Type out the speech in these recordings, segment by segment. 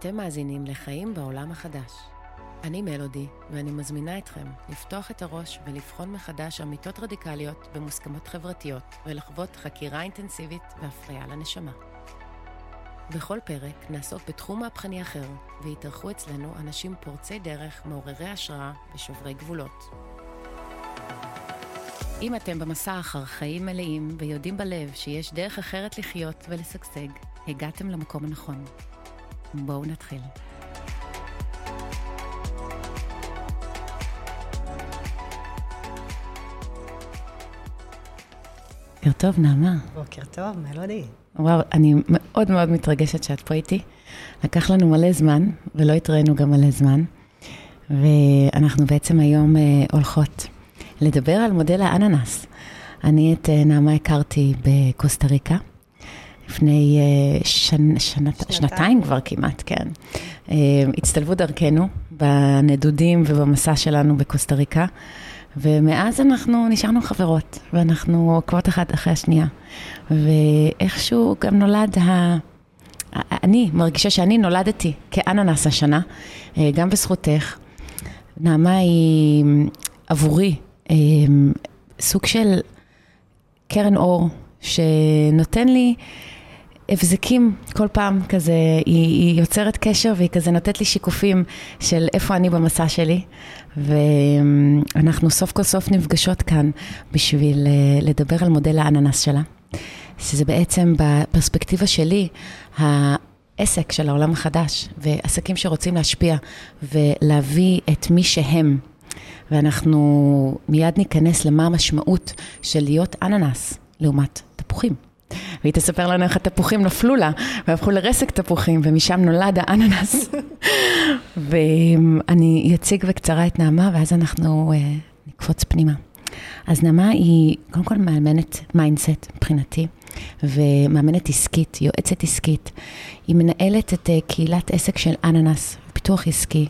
אתם מאזינים לחיים בעולם החדש. אני מלודי, ואני מזמינה אתכם לפתוח את הראש ולבחון מחדש אמיתות רדיקליות במוסכמות חברתיות, ולחוות חקירה אינטנסיבית והפריה לנשמה. בכל פרק נעסוק בתחום מהפכני אחר, ויתארחו אצלנו אנשים פורצי דרך, מעוררי השראה ושוברי גבולות. אם אתם במסע אחר חיים מלאים ויודעים בלב שיש דרך אחרת לחיות ולשגשג, הגעתם למקום הנכון. בואו נתחיל. בוקר טוב, נעמה. בוקר טוב, מלודי. וואו, אני מאוד מאוד מתרגשת שאת פה איתי. לקח לנו מלא זמן, ולא התראינו גם מלא זמן. ואנחנו בעצם היום הולכות לדבר על מודל האננס. אני את נעמה הכרתי בקוסטה ריקה. לפני שנתיים כבר כמעט, כן. הצטלבו דרכנו בנדודים ובמסע שלנו בקוסטה ריקה, ומאז אנחנו נשארנו חברות, ואנחנו עוקבות אחת אחרי השנייה. ואיכשהו גם נולד אני מרגישה שאני נולדתי כאננס השנה, גם בזכותך. נעמה היא עבורי סוג של קרן אור, שנותן לי הבזקים כל פעם כזה, היא יוצרת קשר והיא כזה נותנת לי שיקופים של איפה אני במסע שלי, ואנחנו סוף כל סוף נפגשות כאן בשביל לדבר על מודל האננס שלה, שזה בעצם בפרספקטיבה שלי, העסק של העולם החדש, ועסקים שרוצים להשפיע ולהביא את מי שהם, ואנחנו מיד ניכנס למה המשמעות של להיות אננס לעומת תפוחים. והיא תספר לנו איך התפוחים נפלו לה, והפכו לרסק תפוחים, ומשם נולד האננס. ואני אציג בקצרה את נעמה, ואז אנחנו נקפוץ פנימה. אז נעמה היא קודם כל מאמנת מיינדסט מבחינתי, ומאמנת עסקית, יועצת עסקית. היא מנהלת את קהילת עסק של אננס, פיתוח עסקי,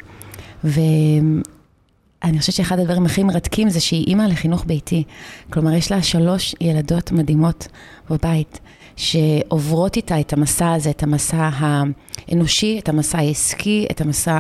אני חושבת שאחד הדברים הכי מרתקים זה שהיא אימא לחינוך ביתי. כלומר, יש לה 3 ילדות מדהימות בבית, שעוברות איתה את המסע הזה, את המסע האנושי, את המסע העסקי, את המסע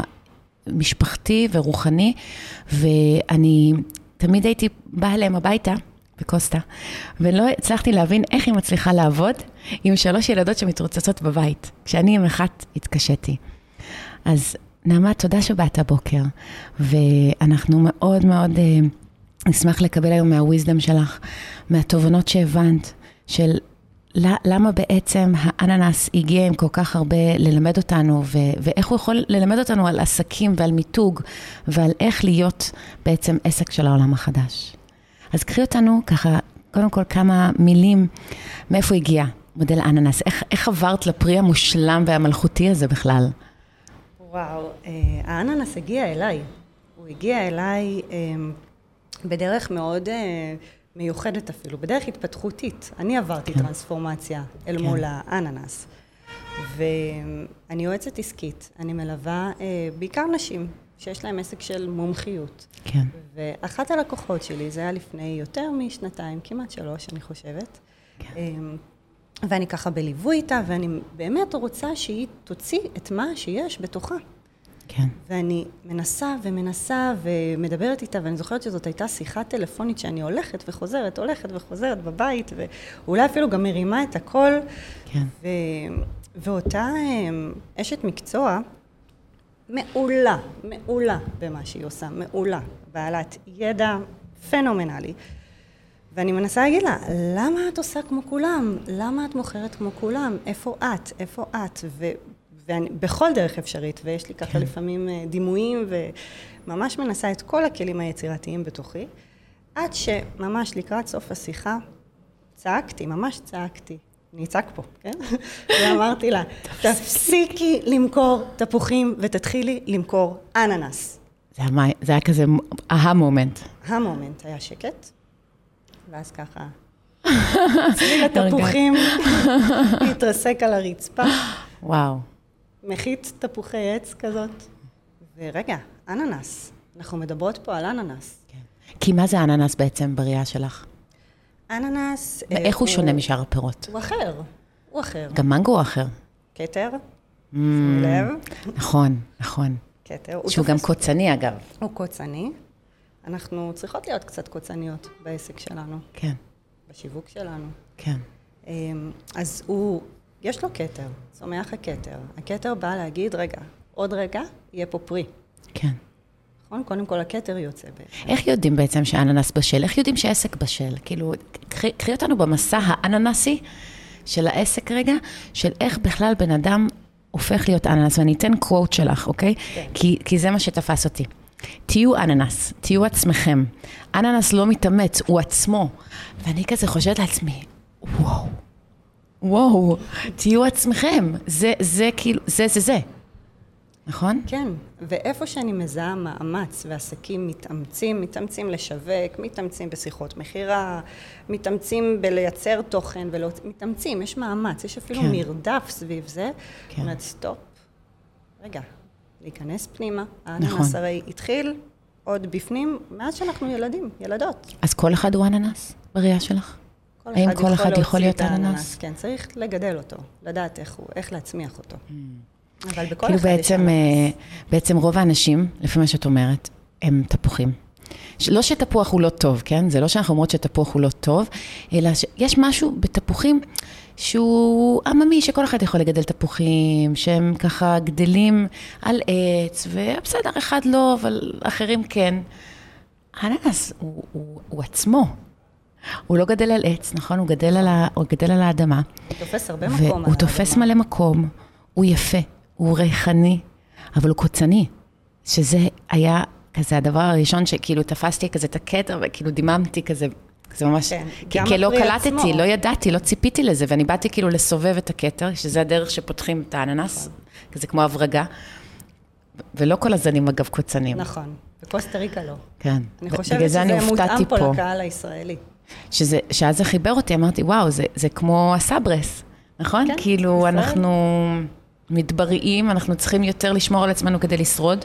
המשפחתי ורוחני, ואני תמיד הייתי באה אליהם הביתה, בקוסטה, ולא הצלחתי להבין איך היא מצליחה לעבוד עם 3 ילדות שמתרוצצות בבית, כשאני עם אחת התקשיתי. אז נעמה, תודה שבאת הבוקר, ואנחנו מאוד מאוד נשמח לקבל היום מהוויזדם שלך, מהתובנות שהבנת, של למה בעצם האננס הגיע עם כל כך הרבה ללמד אותנו, ואיך הוא יכול ללמד אותנו על עסקים ועל מיתוג, ועל איך להיות בעצם עסק של העולם החדש. אז קחי אותנו ככה, קודם כל כמה מילים, מאיפה הגיע מודל האננס, איך עברת לפרי המושלם והמלכותי הזה בכלל? וואו, האננס הגיע אליי. הוא הגיע אליי בדרך מאוד מיוחדת אפילו, בדרך התפתחותית. אני עברתי טרנספורמציה אל מול האננס. ואני יועצת עסקית. אני מלווה בעיקר נשים שיש להם עסק של מומחיות. כן. ואחת הלקוחות שלי, זה היה לפני יותר משנתיים, כמעט 3, אני חושבת. כן. ואני ככה בליווי איתה, ואני באמת רוצה שהיא תוציא את מה שיש בתוכה. כן. ואני מנסה ומדברת איתה, ואני זוכרת שזאת הייתה שיחה טלפונית שאני הולכת וחוזרת בבית, ואולי אפילו גם מרימה את הכל. כן. ואותה אשת מקצוע מעולה במה שהיא עושה, מעולה, בעלת ידע פנומנלי. ואני מנסה להגיד לה, למה את עושה כמו כולם? למה את מוכרת כמו כולם? איפה את? ואני בכל דרך אפשרית, ויש לי ככה לפעמים דימויים, וממש מנסה את כל הכלים היצירתיים בתוכי, עד שממש לקראת סוף השיחה, ממש צעקתי. אני אצעק פה, כן? ואמרתי לה, תפסיקי למכור תפוחים, ותתחילי למכור אננס. זה היה כזה המומנט. המומנט היה שקט. ואז ככה, צליל התפוחים, להתרסק על הרצפה. וואו. מחית תפוחי עץ כזאת. ורגע, אננס. אנחנו מדברות פה על אננס. כן. כי מה זה אננס בעצם בראייה שלך? אננס... ואיך הוא שונה משאר הפירות? הוא אחר. גם מנגו הוא אחר. כתר. שימי לב. נכון, נכון. כתר. שהוא גם קוצני, אגב. הוא קוצני. אנחנו צריכות להיות קצת קוצניות בעסק שלנו. כן. בשיווק שלנו. כן. אז יש לו כתר, צומח הכתר. הכתר בא להגיד, רגע, עוד רגע, יהיה פה פרי. כן. נכון? קודם כל הכתר יוצא בעצם. איך יודעים בעצם שהאננס בשל? איך יודעים שעסק בשל? כאילו, קחי אותנו במסע האננסי של העסק רגע, של איך בכלל בן אדם הופך להיות אננס, ואני אתן קוואט שלך, אוקיי? כן. כי זה מה שתפס אותי. תהיו אננס, תהיו עצמכם. אננס לא מתאמץ, הוא עצמו. ואני כזה חושבת לעצמי, וואו, תהיו עצמכם. זה כאילו, זה. נכון? כן, ואיפה שאני מזהה מאמץ ועסקים מתאמצים לשווק, מתאמצים בשיחות מחירה, מתאמצים בלייצר תוכן, מתאמצים, יש מאמץ, יש אפילו מרדף סביב זה. זאת אומרת, סטופ, רגע, להיכנס פנימה. האננס הרי התחיל עוד בפנים, מאז שאנחנו ילדות. אז כל אחד הוא אננס בראייה שלך? האם כל אחד יכול להיות אננס? כן, צריך לגדל אותו, לדעת איך להצמיח אותו. אבל בכל כאילו אחד יש אננס. בעצם רוב האנשים, לפי מה שאת אומרת, הם תפוחים. לא שתפוח הוא לא טוב, כן? זה לא שאנחנו אומרות שתפוח הוא לא טוב, אלא שיש משהו בתפוחים שהוא עממי, שכל אחד יכול לגדל תפוחים, שהם ככה גדלים על עץ, ובסדר, אחד לא, אבל אחרים כן. האננס הוא עצמו. הוא לא גדל על עץ, נכון? הוא גדל על האדמה. הוא תופס הרבה מקום על האדמה. הוא תופס מלא מקום, הוא יפה, הוא ריחני, אבל הוא קוצני, שזה היה כזה הדבר הראשון שכאילו תפסתי כזה את הכתר, וכאילו דיממתי כזה, זה ממש, כי לא קלטתי, לא ידעתי, לא ציפיתי לזה, ואני באתי כאילו לסובב את הכתר, שזה הדרך שפותחים את האננס, כזה כמו הברגה, ולא כל הזנים אגב קוצנים. נכון, בקוסטה ריקה לא. כן. אני חושבת שזה מותאם פה לקהל הישראלי. שאז זה חיבר אותי, אמרתי, וואו, זה כמו הסברס, נכון? כאילו אנחנו מתבראים, אנחנו צריכים יותר לשמור על עצמנו כדי לשרוד,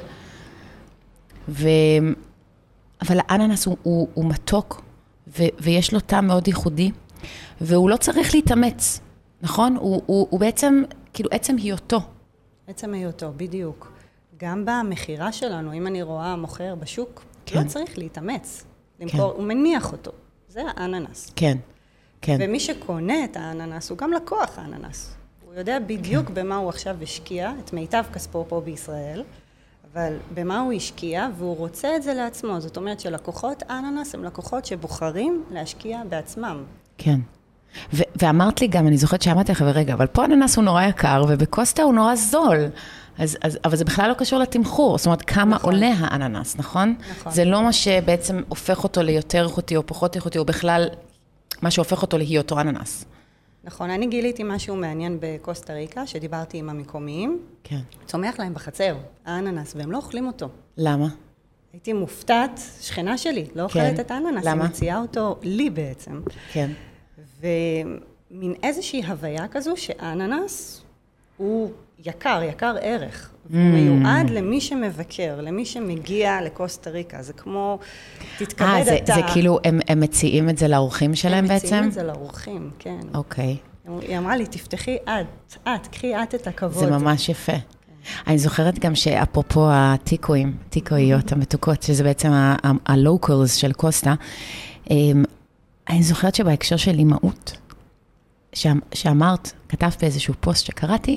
אבל האננס הוא מתוק, ויש לו טעם מאוד ייחודי, והוא לא צריך להתאמץ, נכון? הוא בעצם, כאילו עצם היותו. עצם היותו, בדיוק. גם במחירה שלנו, אם אני רואה מוכר בשוק, לא צריך להתאמץ, למכור, הוא מניח אותו. זה האננס. כן, כן. ומי שקונה את האננס, הוא גם לקוח האננס. הוא יודע בדיוק במה הוא עכשיו השקיע, את מיטב כספו פה בישראל, אבל במה הוא השקיע, והוא רוצה את זה לעצמו. זאת אומרת שלקוחות אננס הם לקוחות שבוחרים להשקיע בעצמם. כן. ואמרת לי גם, אני זוכרת שאמרתי לך, רגע, אבל פה אננס הוא נורא יקר, ובקוסטה הוא נורא זול. אבל זה בכלל לא קשור לתמחור, זאת אומרת, כמה עולה האננס, נכון? נכון. זה לא מה שבעצם הופך אותו ליותר איכותי או פחות איכותי, או בכלל מה שהופך אותו להיותו אננס. נכון, אני גיליתי משהו מעניין בקוסטה ריקה, שדיברתי עם המקומיים. כן. צומח להם בחצר, האננס, והם לא אוכלים אותו. למה? הייתי מופתעת, שכנה שלי, לא אוכלת את האננס. למה? היא מציעה אותו לי בעצם. כן. ומין איזושהי הוויה כזו, שהאננס הוא יקר ערך. הוא מיועד למי שמבקר, למי שמגיע לקוסטה ריקה. זה כמו, תתכבד אתה. זה כאילו, הם מציעים את זה לאורחים שלהם בעצם? הם מציעים את זה לאורחים, כן. אוקיי. היא אמרה לי, תפתחי קחי את הכבוד. זה ממש יפה. אני זוכרת גם שאפרופו הטיקויות המתוקות, שזה בעצם הלוקלס של קוסטה, אני זוכרת שבהקשר של אימהות, שאמרת, כתבת באיזשהו פוסט שקראתי,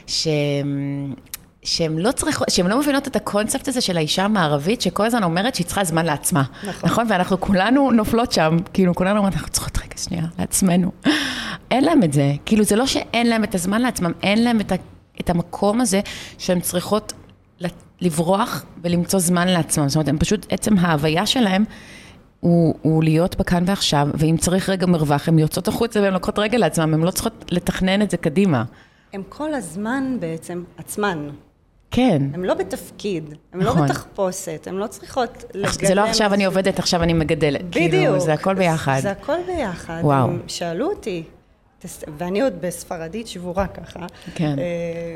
שהן לא מבינות את הקונספט הזה של האישה המערבית, שכל הזמן אומרת שהיא צריכה זמן לעצמה. נכון? ואנחנו כולנו נופלות שם, כאילו כולנו אומרת, אנחנו צריכות רגע שנייה לעצמנו. אין להם את זה. כאילו זה לא שאין להם את הזמן לעצמם, אין להם את המקום הזה שהן צריכות לברוח ולמצוא זמן לעצמם. זאת אומרת, הם פשוט, עצם ההוויה שלהם, הוא להיות בכאן ועכשיו, ואם צריך רגע מרווח, הם יוצאות החוצה והן לוקחות רגע לעצמם, הם לא צריכות לתכנן את זה קדימה. הם כל הזמן בעצם עצמן. כן. הם לא בתפקיד, הם לא בתחפושת, הם לא צריכות לגדל. זה לא עכשיו אני עובדת, עכשיו אני מגדלת. בדיוק. כאילו, זה הכל ביחד. זה הכל ביחד. וואו. הם שאלו אותי, ואני עוד בספרדית שבורה ככה, כן.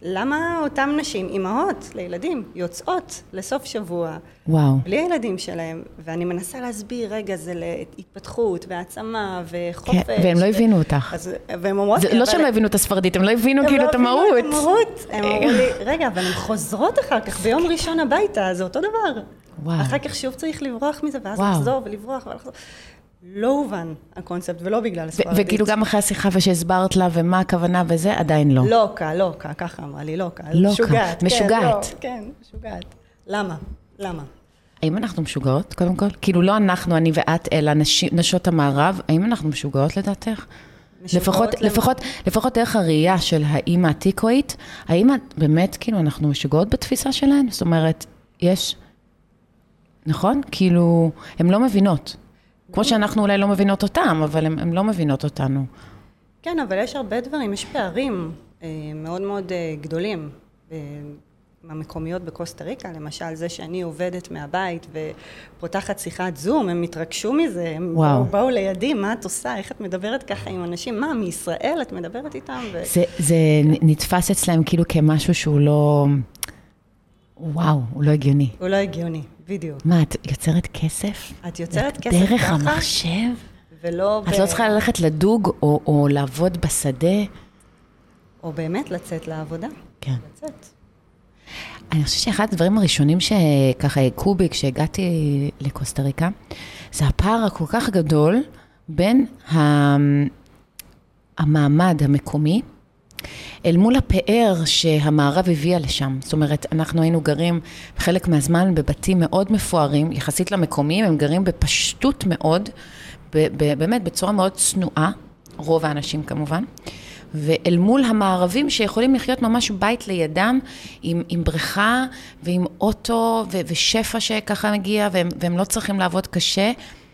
למה אותם נשים, אימהות לילדים, יוצאות לסוף שבוע, וואו. בלי הילדים שלהם, ואני מנסה להסביר, רגע, זה להתפתחות והעצמה וחופש. כן, והם לא הבינו אותך. והם אומרות... זה לא שהם לא הבינו את הספרדית, הם לא הבינו כאילו את המהות. הם לא הבינו את המהות. הם אמרו לי, רגע, אבל הן חוזרות אחר כך, ביום ראשון הביתה, זה אותו דבר. וואו. אחר כך שוב צריך לברוח מזה, ואז לחזור ולברוח ולחזור. לא הובן הקונספט, ולא בגלל הספרדית. וכאילו גם אחרי השיחה ושהסברת לה ומה הכוונה וזה, עדיין לא. לוקה, ככה אמרה לי, לוקה. משוגעת. כן, משוגעת. למה? האם אנחנו משוגעות, קודם כל? כאילו לא אנחנו, אני ואת, אלא נשות המערב, האם אנחנו משוגעות לדעתך? לפחות דרך הראייה של האמא הטיקואית, האם באמת, כאילו, אנחנו משוגעות בתפיסה שלהן? זאת אומרת, יש, נכון? כאילו, הן לא מבינות. כמו שאנחנו אולי לא מבינות אותם, אבל הן לא מבינות אותנו. כן, אבל יש הרבה דברים, יש פערים מאוד מאוד גדולים. המקומיות בקוסטה ריקה, למשל זה שאני עובדת מהבית ופותחת שיחת זום, הם התרגשו מזה, הם באו לידי, מה את עושה, איך את מדברת ככה עם אנשים, מה, מישראל את מדברת איתם? זה נתפס אצלהם כאילו כמשהו שהוא לא, וואו, הוא לא הגיוני. הוא לא הגיוני, בדיוק. מה, את יוצרת כסף? את יוצרת כסף דרך ככה? המחשב? ולא... את לא צריכה ללכת לדוג או לעבוד בשדה? או באמת לצאת לעבודה. כן. לצאת. אני חושבת שאחד הדברים הראשונים שככה הכו בי כשהגעתי לקוסטה ריקה, זה הפער הכל כך גדול בין המעמד המקומי, אל מול הפאר שהמערב הביאה לשם. זאת אומרת, אנחנו היינו גרים חלק מהזמן בבתים מאוד מפוארים, יחסית למקומיים, הם גרים בפשטות מאוד, באמת בצורה מאוד צנועה, רוב האנשים כמובן, ואל מול המערבים שיכולים לחיות ממש בית לידם, עם בריכה ועם אוטו ושפע שככה מגיע, והם לא צריכים לעבוד קשה,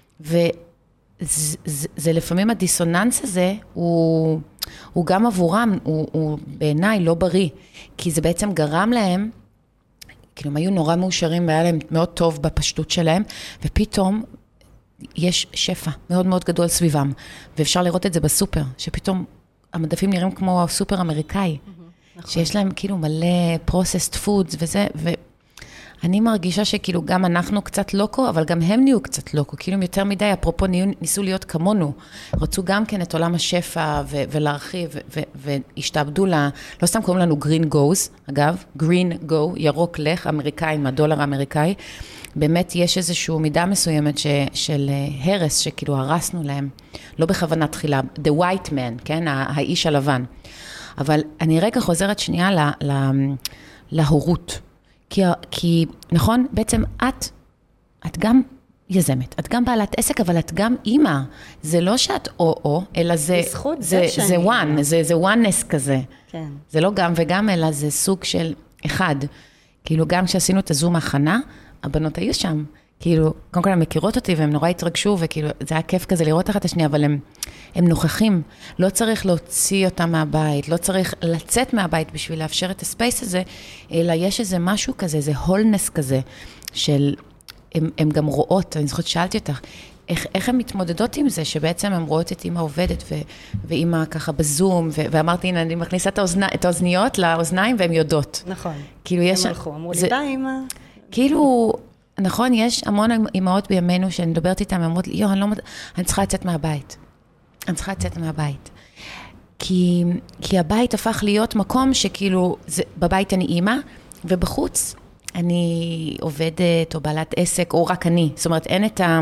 וזה לפעמים הדיסוננס הזה, הוא גם עבורם, הוא בעיניי לא בריא, כי זה בעצם גרם להם, כאילו הם היו נורא מאושרים, והיה להם מאוד טוב בפשטות שלהם, ופתאום יש שפע מאוד מאוד גדול סביבם, ואפשר לראות את זה בסופר, שפתאום המדפים נראים כמו סופר אמריקאי, שיש להם כאילו מלא processed foods וזה, ואני מרגישה שכאילו גם אנחנו קצת לוקו, אבל גם הם נהיו קצת לוקו, כאילו הם יותר מדי, אפרופו ניסו להיות כמונו, רצו גם כן את עולם השפע ולהרחיב, והשתעבדו לא סתם קוראים לנו green goes, אגב, green go, ירוק לך, אמריקאי, עם הדולר האמריקאי, באמת יש איזושהי מידה מסוימת של הרס, שכאילו הרסנו להם, לא בכוונה תחילה, the white man, כן, האיש הלבן. אבל אני רגע חוזרת שנייה להורות, כי נכון, בעצם את גם יזמת, את גם בעלת עסק, אבל את גם אימא, זה לא שאת או, אלא זה one, זה oneness כזה. כן. זה לא גם וגם, אלא זה סוג של אחד. כאילו גם כשעשינו את הזום הכנה, הבנות היו שם, כאילו, קודם כל הן מכירות אותי, והן נורא התרגשו, וכאילו, זה היה כיף כזה לראות אחת השנייה, אבל הם נוכחים, לא צריך להוציא אותם מהבית, לא צריך לצאת מהבית בשביל לאפשר את הספייס הזה, אלא יש איזה משהו כזה, איזה הולנס כזה, של, הם גם רואות, אני זוכרת, שאלתי אותך, איך הן מתמודדות עם זה, שבעצם הן רואות את אמא עובדת, ואמא ככה בזום, ואמרתי, הנה, אני מכניסה את האוזניות לאוזניים, והן יודעות. נכון. כאילו, יש... הם הלכו, אמרו לי, ביי, אמא. כאילו, נכון, יש המון אמהות בימינו שאני מדברת איתן, הן אומרות לי, אני צריכה לצאת מהבית. אני צריכה לצאת מהבית. כי הבית הפך להיות מקום שכאילו, בבית אני אימא, ובחוץ אני עובדת או בעלת עסק, או רק אני. זאת אומרת, אין את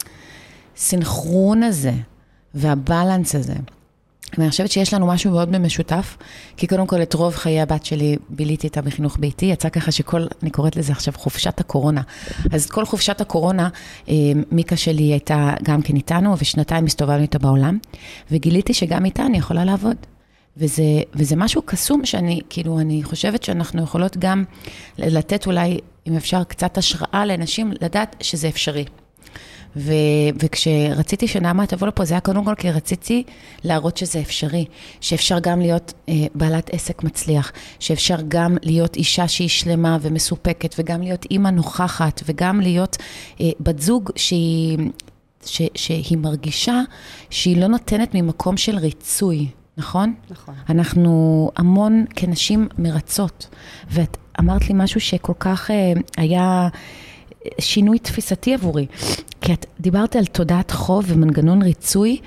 הסנכרון הזה והבלנס הזה. ואני חושבת שיש לנו משהו מאוד משותף, כי קודם כל את רוב חיי הבת שלי ביליתי איתה בחינוך ביתי, יצא ככה אני קוראת לזה עכשיו חופשת הקורונה. אז כל חופשת הקורונה, מיקה שלי הייתה גם כן איתנו, ושנתיים הסתובבנו איתה בעולם, וגיליתי שגם איתה אני יכולה לעבוד. וזה משהו קסום שאני, כאילו, אני חושבת שאנחנו יכולות גם לתת אולי, אם אפשר, קצת השראה לאנשים, לדעת שזה אפשרי. וכשרציתי שנעמה תבוא לפה, זה היה קודם כל כי רציתי להראות שזה אפשרי, שאפשר גם להיות בעלת עסק מצליח, שאפשר גם להיות אישה שהיא שלמה ומסופקת, וגם להיות אימא נוכחת, וגם להיות בת זוג שהיא מרגישה שהיא לא נותנת ממקום של ריצוי, נכון? נכון. אנחנו המון כנשים מרצות, ואת אמרת לי משהו שכל כך היה שינוי תפיסתי עבורי, כי את דיברת על תודעת חוב ומנגנון ריצוי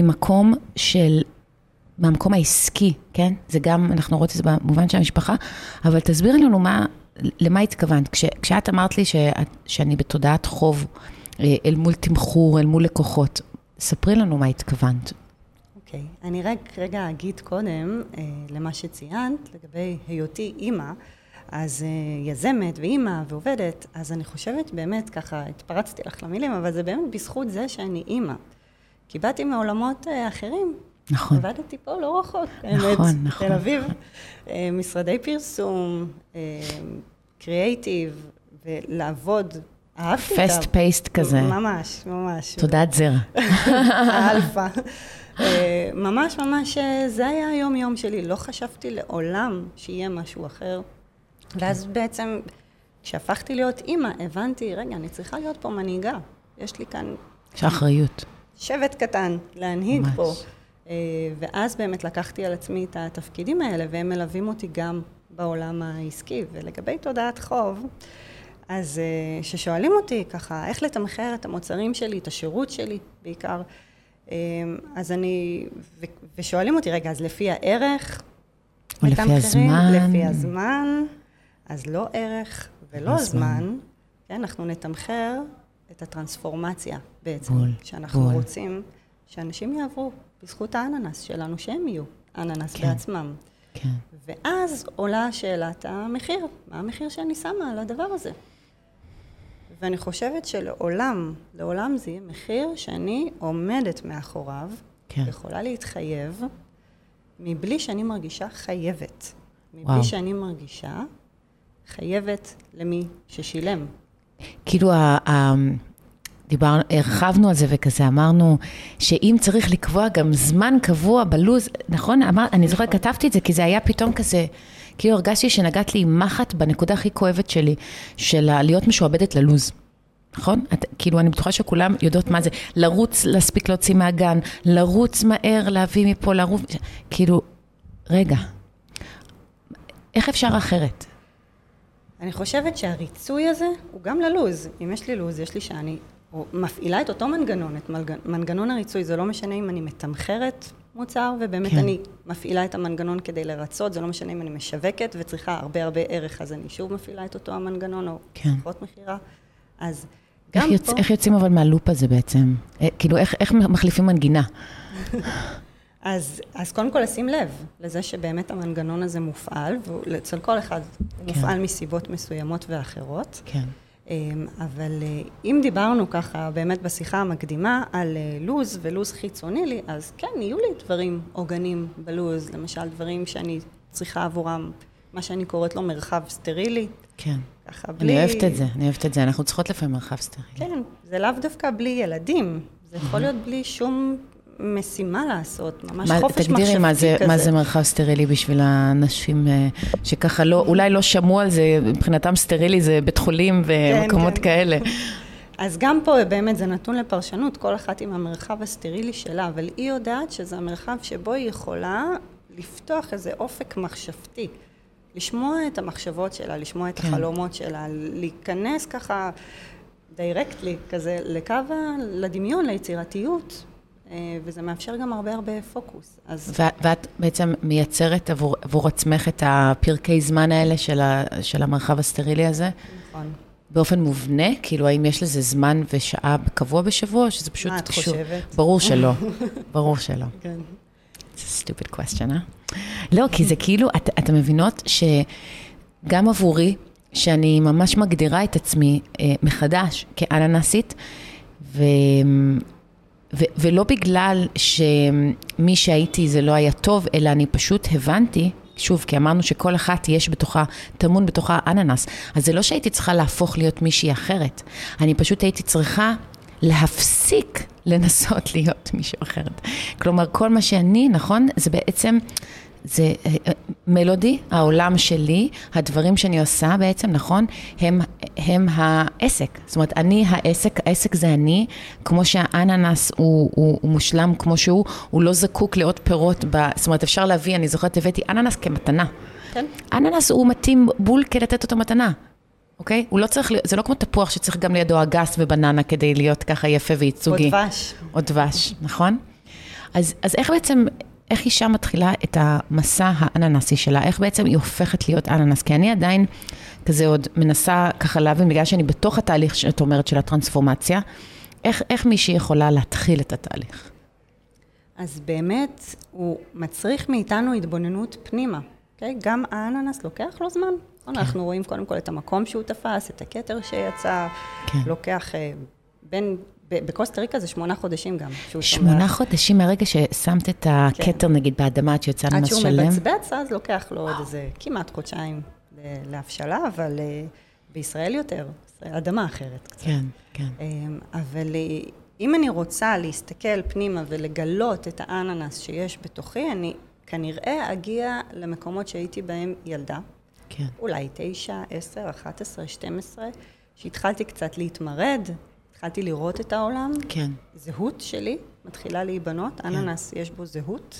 מהמקום העסקי, כן? זה גם, אנחנו רואות את זה במובן של המשפחה, אבל תסבירי לנו למה התכוונת. כשאת אמרת לי שאני בתודעת חוב אל מול תמחור, אל מול לקוחות, ספרי לנו מה התכוונת. אוקיי, אני רגע אגיד קודם למה שציינת, לגבי היותי אימא, אז יזמת ואימא ועובדת, אז אני חושבת באמת ככה, התפרצתי לך למילים, אבל זה באמת בזכות זה שאני אימא. כי באתי מעולמות אחרים. נכון. עבדתי פה לא רחוק. נכון, נכון. תל אביב, משרדי פרסום, קריאייטיב, ולעבוד, אהבתי אותם. פסט פייסט כזה. ממש, ממש. תודעת זרע. האלפה. ממש, ממש, זה היה היום-יום שלי. לא חשבתי לעולם שיהיה משהו אחר. ואז בעצם, כשהפכתי להיות אימא, הבנתי, רגע, אני צריכה להיות פה מנהיגה. יש לי כאן... יש אחריות. שבט קטן, להנהיג פה. ואז באמת לקחתי על עצמי את התפקידים האלה, והם מלווים אותי גם בעולם העסקי. ולגבי תודעת חוב, אז ששואלים אותי ככה, איך לתמחר את המוצרים שלי, את השירות שלי בעיקר, אז ושואלים אותי, רגע, אז לפי הערך, או לפי הזמן. לפי הזמן, אז לא ערך ולא זמן, כן, אנחנו נתמחר את הטרנספורמציה בעצם, שאנחנו רוצים שאנשים יעברו בזכות האננס שלנו, שהם יהיו אננס בעצמם. כן. ואז עולה שאלת המחיר, מה המחיר שאני שמה על הדבר הזה? ואני חושבת שלעולם זה יהיה מחיר שאני עומדת מאחוריו, יכולה להתחייב, מבלי שאני מרגישה חייבת. מבלי שאני מרגישה חייבת למי ששילם. כאילו, הרחבנו על זה וכזה, אמרנו שאם צריך לקבוע גם זמן קבוע בלוז, נכון? אני זוכרת, כתבתי את זה, כי זה היה פתאום כזה, כאילו הרגשתי שנגעת לי מחט בנקודה הכי כואבת שלי, של להיות משועבדת ללוז. נכון? כאילו, אני בטוחה שכולם יודעות מה זה, לרוץ, להספיק להוציא מהגן, לרוץ מהר, להביא מפה, לרוב, כאילו, רגע, איך אפשר אחרת? אני חושבת שהריצוי הזה הוא גם ללוז. אם יש לי לוז, יש לי שאני מפעילה את אותו מנגנון, את מנגנון הריצוי, זה לא משנה אם אני מתמחרת מוצר, ובאמת אני מפעילה את המנגנון כדי לרצות, זה לא משנה אם אני משווקת וצריכה הרבה ערך, אז אני שוב מפעילה את אותו המנגנון, או פחות מחירה. אז גם פה... איך יוצאים אבל מהלופ הזה בעצם? כאילו, איך מחליפים מנגינה? אז קודם כל לשים לב לזה שבאמת המנגנון הזה מופעל, ואצל כל אחד הוא מופעל מסיבות מסוימות ואחרות. כן. אבל אם דיברנו ככה באמת בשיחה המקדימה על לוז ולוז חיצוני לי, אז כן, יהיו לי דברים עוגנים בלוז, למשל דברים שאני צריכה עבורם, מה שאני קוראת לו מרחב סטרילי. כן. ככה בלי... אני אוהבת את זה, אנחנו צריכות לפעמים מרחב סטרילי. כן, זה לאו דווקא בלי ילדים, זה יכול להיות בלי שום משימה לעשות, ממש חופש מחשבתי כזה. תגדירי מה זה מרחב סטרילי בשביל האנשים שככה אולי לא שמעו על זה, מבחינתם סטרילי זה בית חולים ומקומות כאלה. אז גם פה באמת זה נתון לפרשנות, כל אחת עם המרחב הסטרילי שלה, אבל היא יודעת שזה המרחב שבו היא יכולה לפתוח איזה אופק מחשבתי, לשמוע את המחשבות שלה, לשמוע את החלומות שלה, להיכנס ככה דיירקטלי, כזה לקו, לדמיון, ליצירתיות, וזה מאפשר גם הרבה פוקוס. ואת בעצם מייצרת עבור עצמך את הפרקי זמן האלה של המרחב הסטרילי הזה? נכון. באופן מובנה? כאילו, האם יש לזה זמן ושעה קבוע בשבוע, או שזה פשוט... מה את חושבת? ברור שלא. ברור שלא. כן. It's a stupid question, לא, כי זה כאילו, אתם מבינות שגם עבורי, שאני ממש מגדירה את עצמי מחדש כאננסית, ולא בגלל שמי שהייתי זה לא היה טוב, אלא אני פשוט הבנתי, שוב, כי אמרנו שכל אחת יש בתוכה, תמון בתוכה אננס, אז זה לא שהייתי צריכה להפוך להיות מישהי אחרת, אני פשוט הייתי צריכה להפסיק לנסות להיות מישהו אחרת. כלומר, כל מה שאני, נכון, זה בעצם, זה מלודי, העולם שלי, הדברים שאני עושה בעצם, נכון? הם העסק. זאת אומרת, אני העסק זה אני, כמו שהאננס הוא מושלם כמו שהוא, הוא לא זקוק לעוד פירות, זאת אומרת, אפשר להביא, אני זוכרת, הבאתי אננס כמתנה. כן. אננס הוא מתאים בול כדי לתת אותו מתנה. אוקיי? הוא לא צריך, זה לא כמו תפוח שצריך גם לידו אגס ובננה כדי להיות ככה יפה וייצוגי. או דבש. או דבש, נכון? אז איך בעצם, איך אישה מתחילה את המסע האננסי שלה? איך בעצם היא הופכת להיות אננס? כי אני עדיין כזה עוד מנסה ככה להבין, בגלל שאני בתוך התהליך שאת אומרת של הטרנספורמציה, איך מישהי יכולה להתחיל את התהליך? אז באמת הוא מצריך מאיתנו התבוננות פנימה. Okay? גם האננס לוקח לו זמן. כן. אנחנו רואים קודם כל את המקום שהוא תפס, את הכתר שיצא, כן. לוקח בקוסטה ריקה זה 8 חודשים גם. 8 חודשים מהרגע ששמת את הכתר, כן. נגיד, באדמה, עד שיוצא אננס שלם? עד שהוא מבצבץ, אז לוקח לו עוד איזה כמעט חודשיים להבשלה, אבל בישראל יותר, אדמה אחרת. כן, כן. אבל אם אני רוצה להסתכל פנימה ולגלות את האננס שיש בתוכי, אני כנראה אגיע למקומות שהייתי בהם ילדה. כן. אולי 9, 10, 11, 12, שהתחלתי קצת להתמרד, התחלתי לראות את העולם. כן. זהות שלי מתחילה להיבנות, כן. אננס יש בו זהות.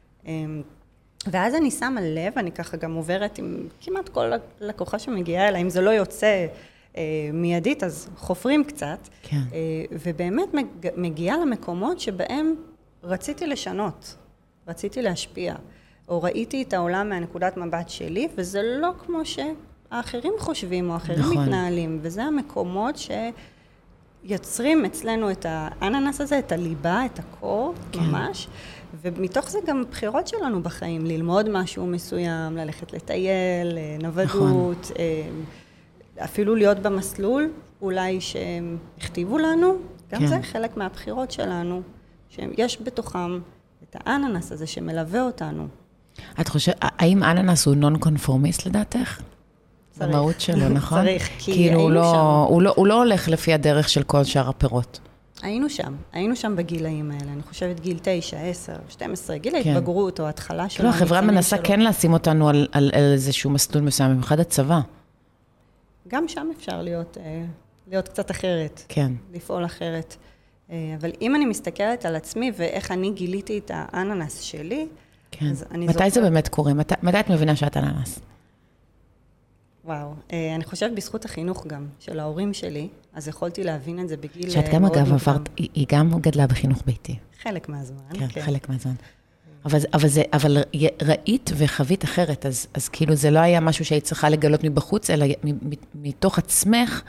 ואז אני שמה לב, אני ככה גם עוברת עם כמעט כל לקוחה שמגיעה אליי, אם זה לא יוצא מיידית, אז חופרים קצת. כן. ובאמת מגיעה למקומות שבהם רציתי לשנות, רציתי להשפיע. או ראיתי את העולם מהנקודת מבט שלי, וזה לא כמו שהאחרים חושבים, או האחרים נכון. מתנהלים, וזה המקומות שיוצרים אצלנו את האננס הזה, את הליבה, את הקור, כן. ממש, ומתוך זה גם בחירות שלנו בחיים, ללמוד משהו מסוים, ללכת לטייל, נוודות, נכון. אפילו להיות במסלול, אולי שהם הכתיבו לנו, גם כן. זה חלק מהבחירות שלנו, שיש בתוכם את האננס הזה שמלווה אותנו. את חושבת, האם אננס הוא נון-קונפורמיסט לדעתך? צריך. במהות שלו, נכון? צריך, כי כאילו הוא לא הולך לפי הדרך של כל שאר הפירות. היינו שם בגילאים האלה, אני חושבת גיל 9, 10, 12, גיל ההתבגרות או התחלה שלו. כאילו החברה מנסה כן לשים אותנו על איזשהו מסלול מסוים, במיוחד הצבא. גם שם אפשר להיות קצת אחרת. כן. לפעול אחרת. אבל אם אני מסתכלת על עצמי ואיך אני גיליתי את האננס שלי, כן. מתי זה באמת קורה? מתי את מבינה שאת אננס? וואו, אני חושבת בזכות החינוך גם, של ההורים שלי, אז יכולתי להבין את זה בגיל... שאת גם אגב עברת, היא גם גדלה בחינוך ביתי. חלק מהזמן. כן, חלק מהזמן. אבל ראית וחווית אחרת, אז כאילו זה לא היה משהו שהיית צריכה לגלות מבחוץ, אלא מתוך עצמך,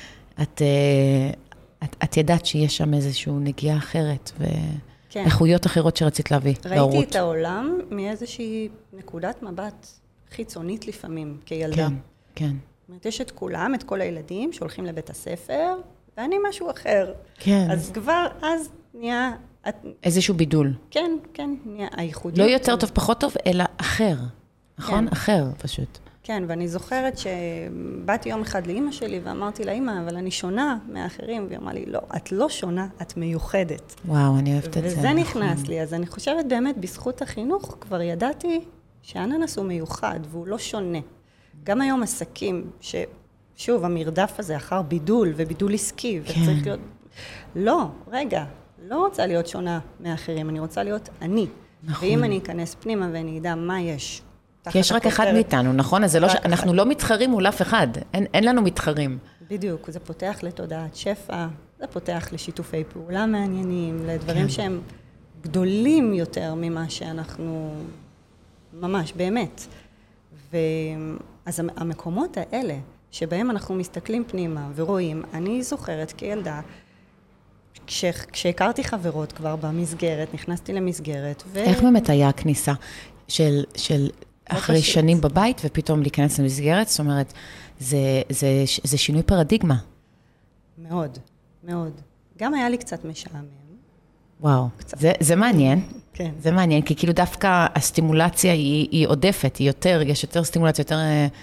את ידעת שיש שם איזושהי נגיעה אחרת, ואיכויות אחרות שרצית להביא להורות. ראיתי את העולם מאיזושהי נקודת מבט חיצונית לפעמים, כילדה. כן, כן. זאת אומרת, יש את כולם, את כל הילדים שהולכים לבית הספר, ואני משהו אחר. כן. אז כבר אז נהיה... איזשהו בידול. כן, כן, נהיה הייחודיות. לא יותר טוב, פחות טוב, אלא אחר. נכון? אחר, פשוט. כן, ואני זוכרת שבאתי יום אחד לאמא שלי ואמרתי לה, אמא, אבל אני שונה מהאחרים, והיא אמרה לי, לא, את לא שונה, את מיוחדת. וואו, אני אוהבת את זה. וזה נכנס לי, אז אני חושבת באמת, בזכות החינוך כבר ידעתי שהאננס הוא מיוחד, והוא לא שונה. גם היום עסקים, ששוב, המרדף הזה אחר בידול, ובידול עסקי, וצריך להיות... לא, רגע, לא רוצה להיות שונה מהאחרים, אני רוצה להיות אני. נכון. ואם אני אכנס פנימה ואני אדע מה יש, כי יש רק אחד מאיתנו, נכון? אז זה לא אנחנו לא מתחרים מול אף אחד, אין לנו מתחרים. בדיוק, זה פותח לתודעת שפע, זה פותח לשיתופי פעולה מעניינים, לדברים שהם גדולים יותר ממה שאנחנו ממש, באמת. אז המקומות האלה, שבהם אנחנו מסתכלים פנימה ורואים, אני זוכרת כילדה, כשהכרתי חברות כבר במסגרת, נכנסתי למסגרת. איך באמת היה הכניסה של אחרי שנים בבית ופתאום להיכנס למסגרת? זאת אומרת, זה שינוי פרדיגמה. מאוד, מאוד. גם היה לי קצת משעמם. וואו, זה מעניין. כן. זה מעניין, כי כאילו דווקא הסטימולציה היא עודפת, היא יותר, יש יותר סטימולציה, יותר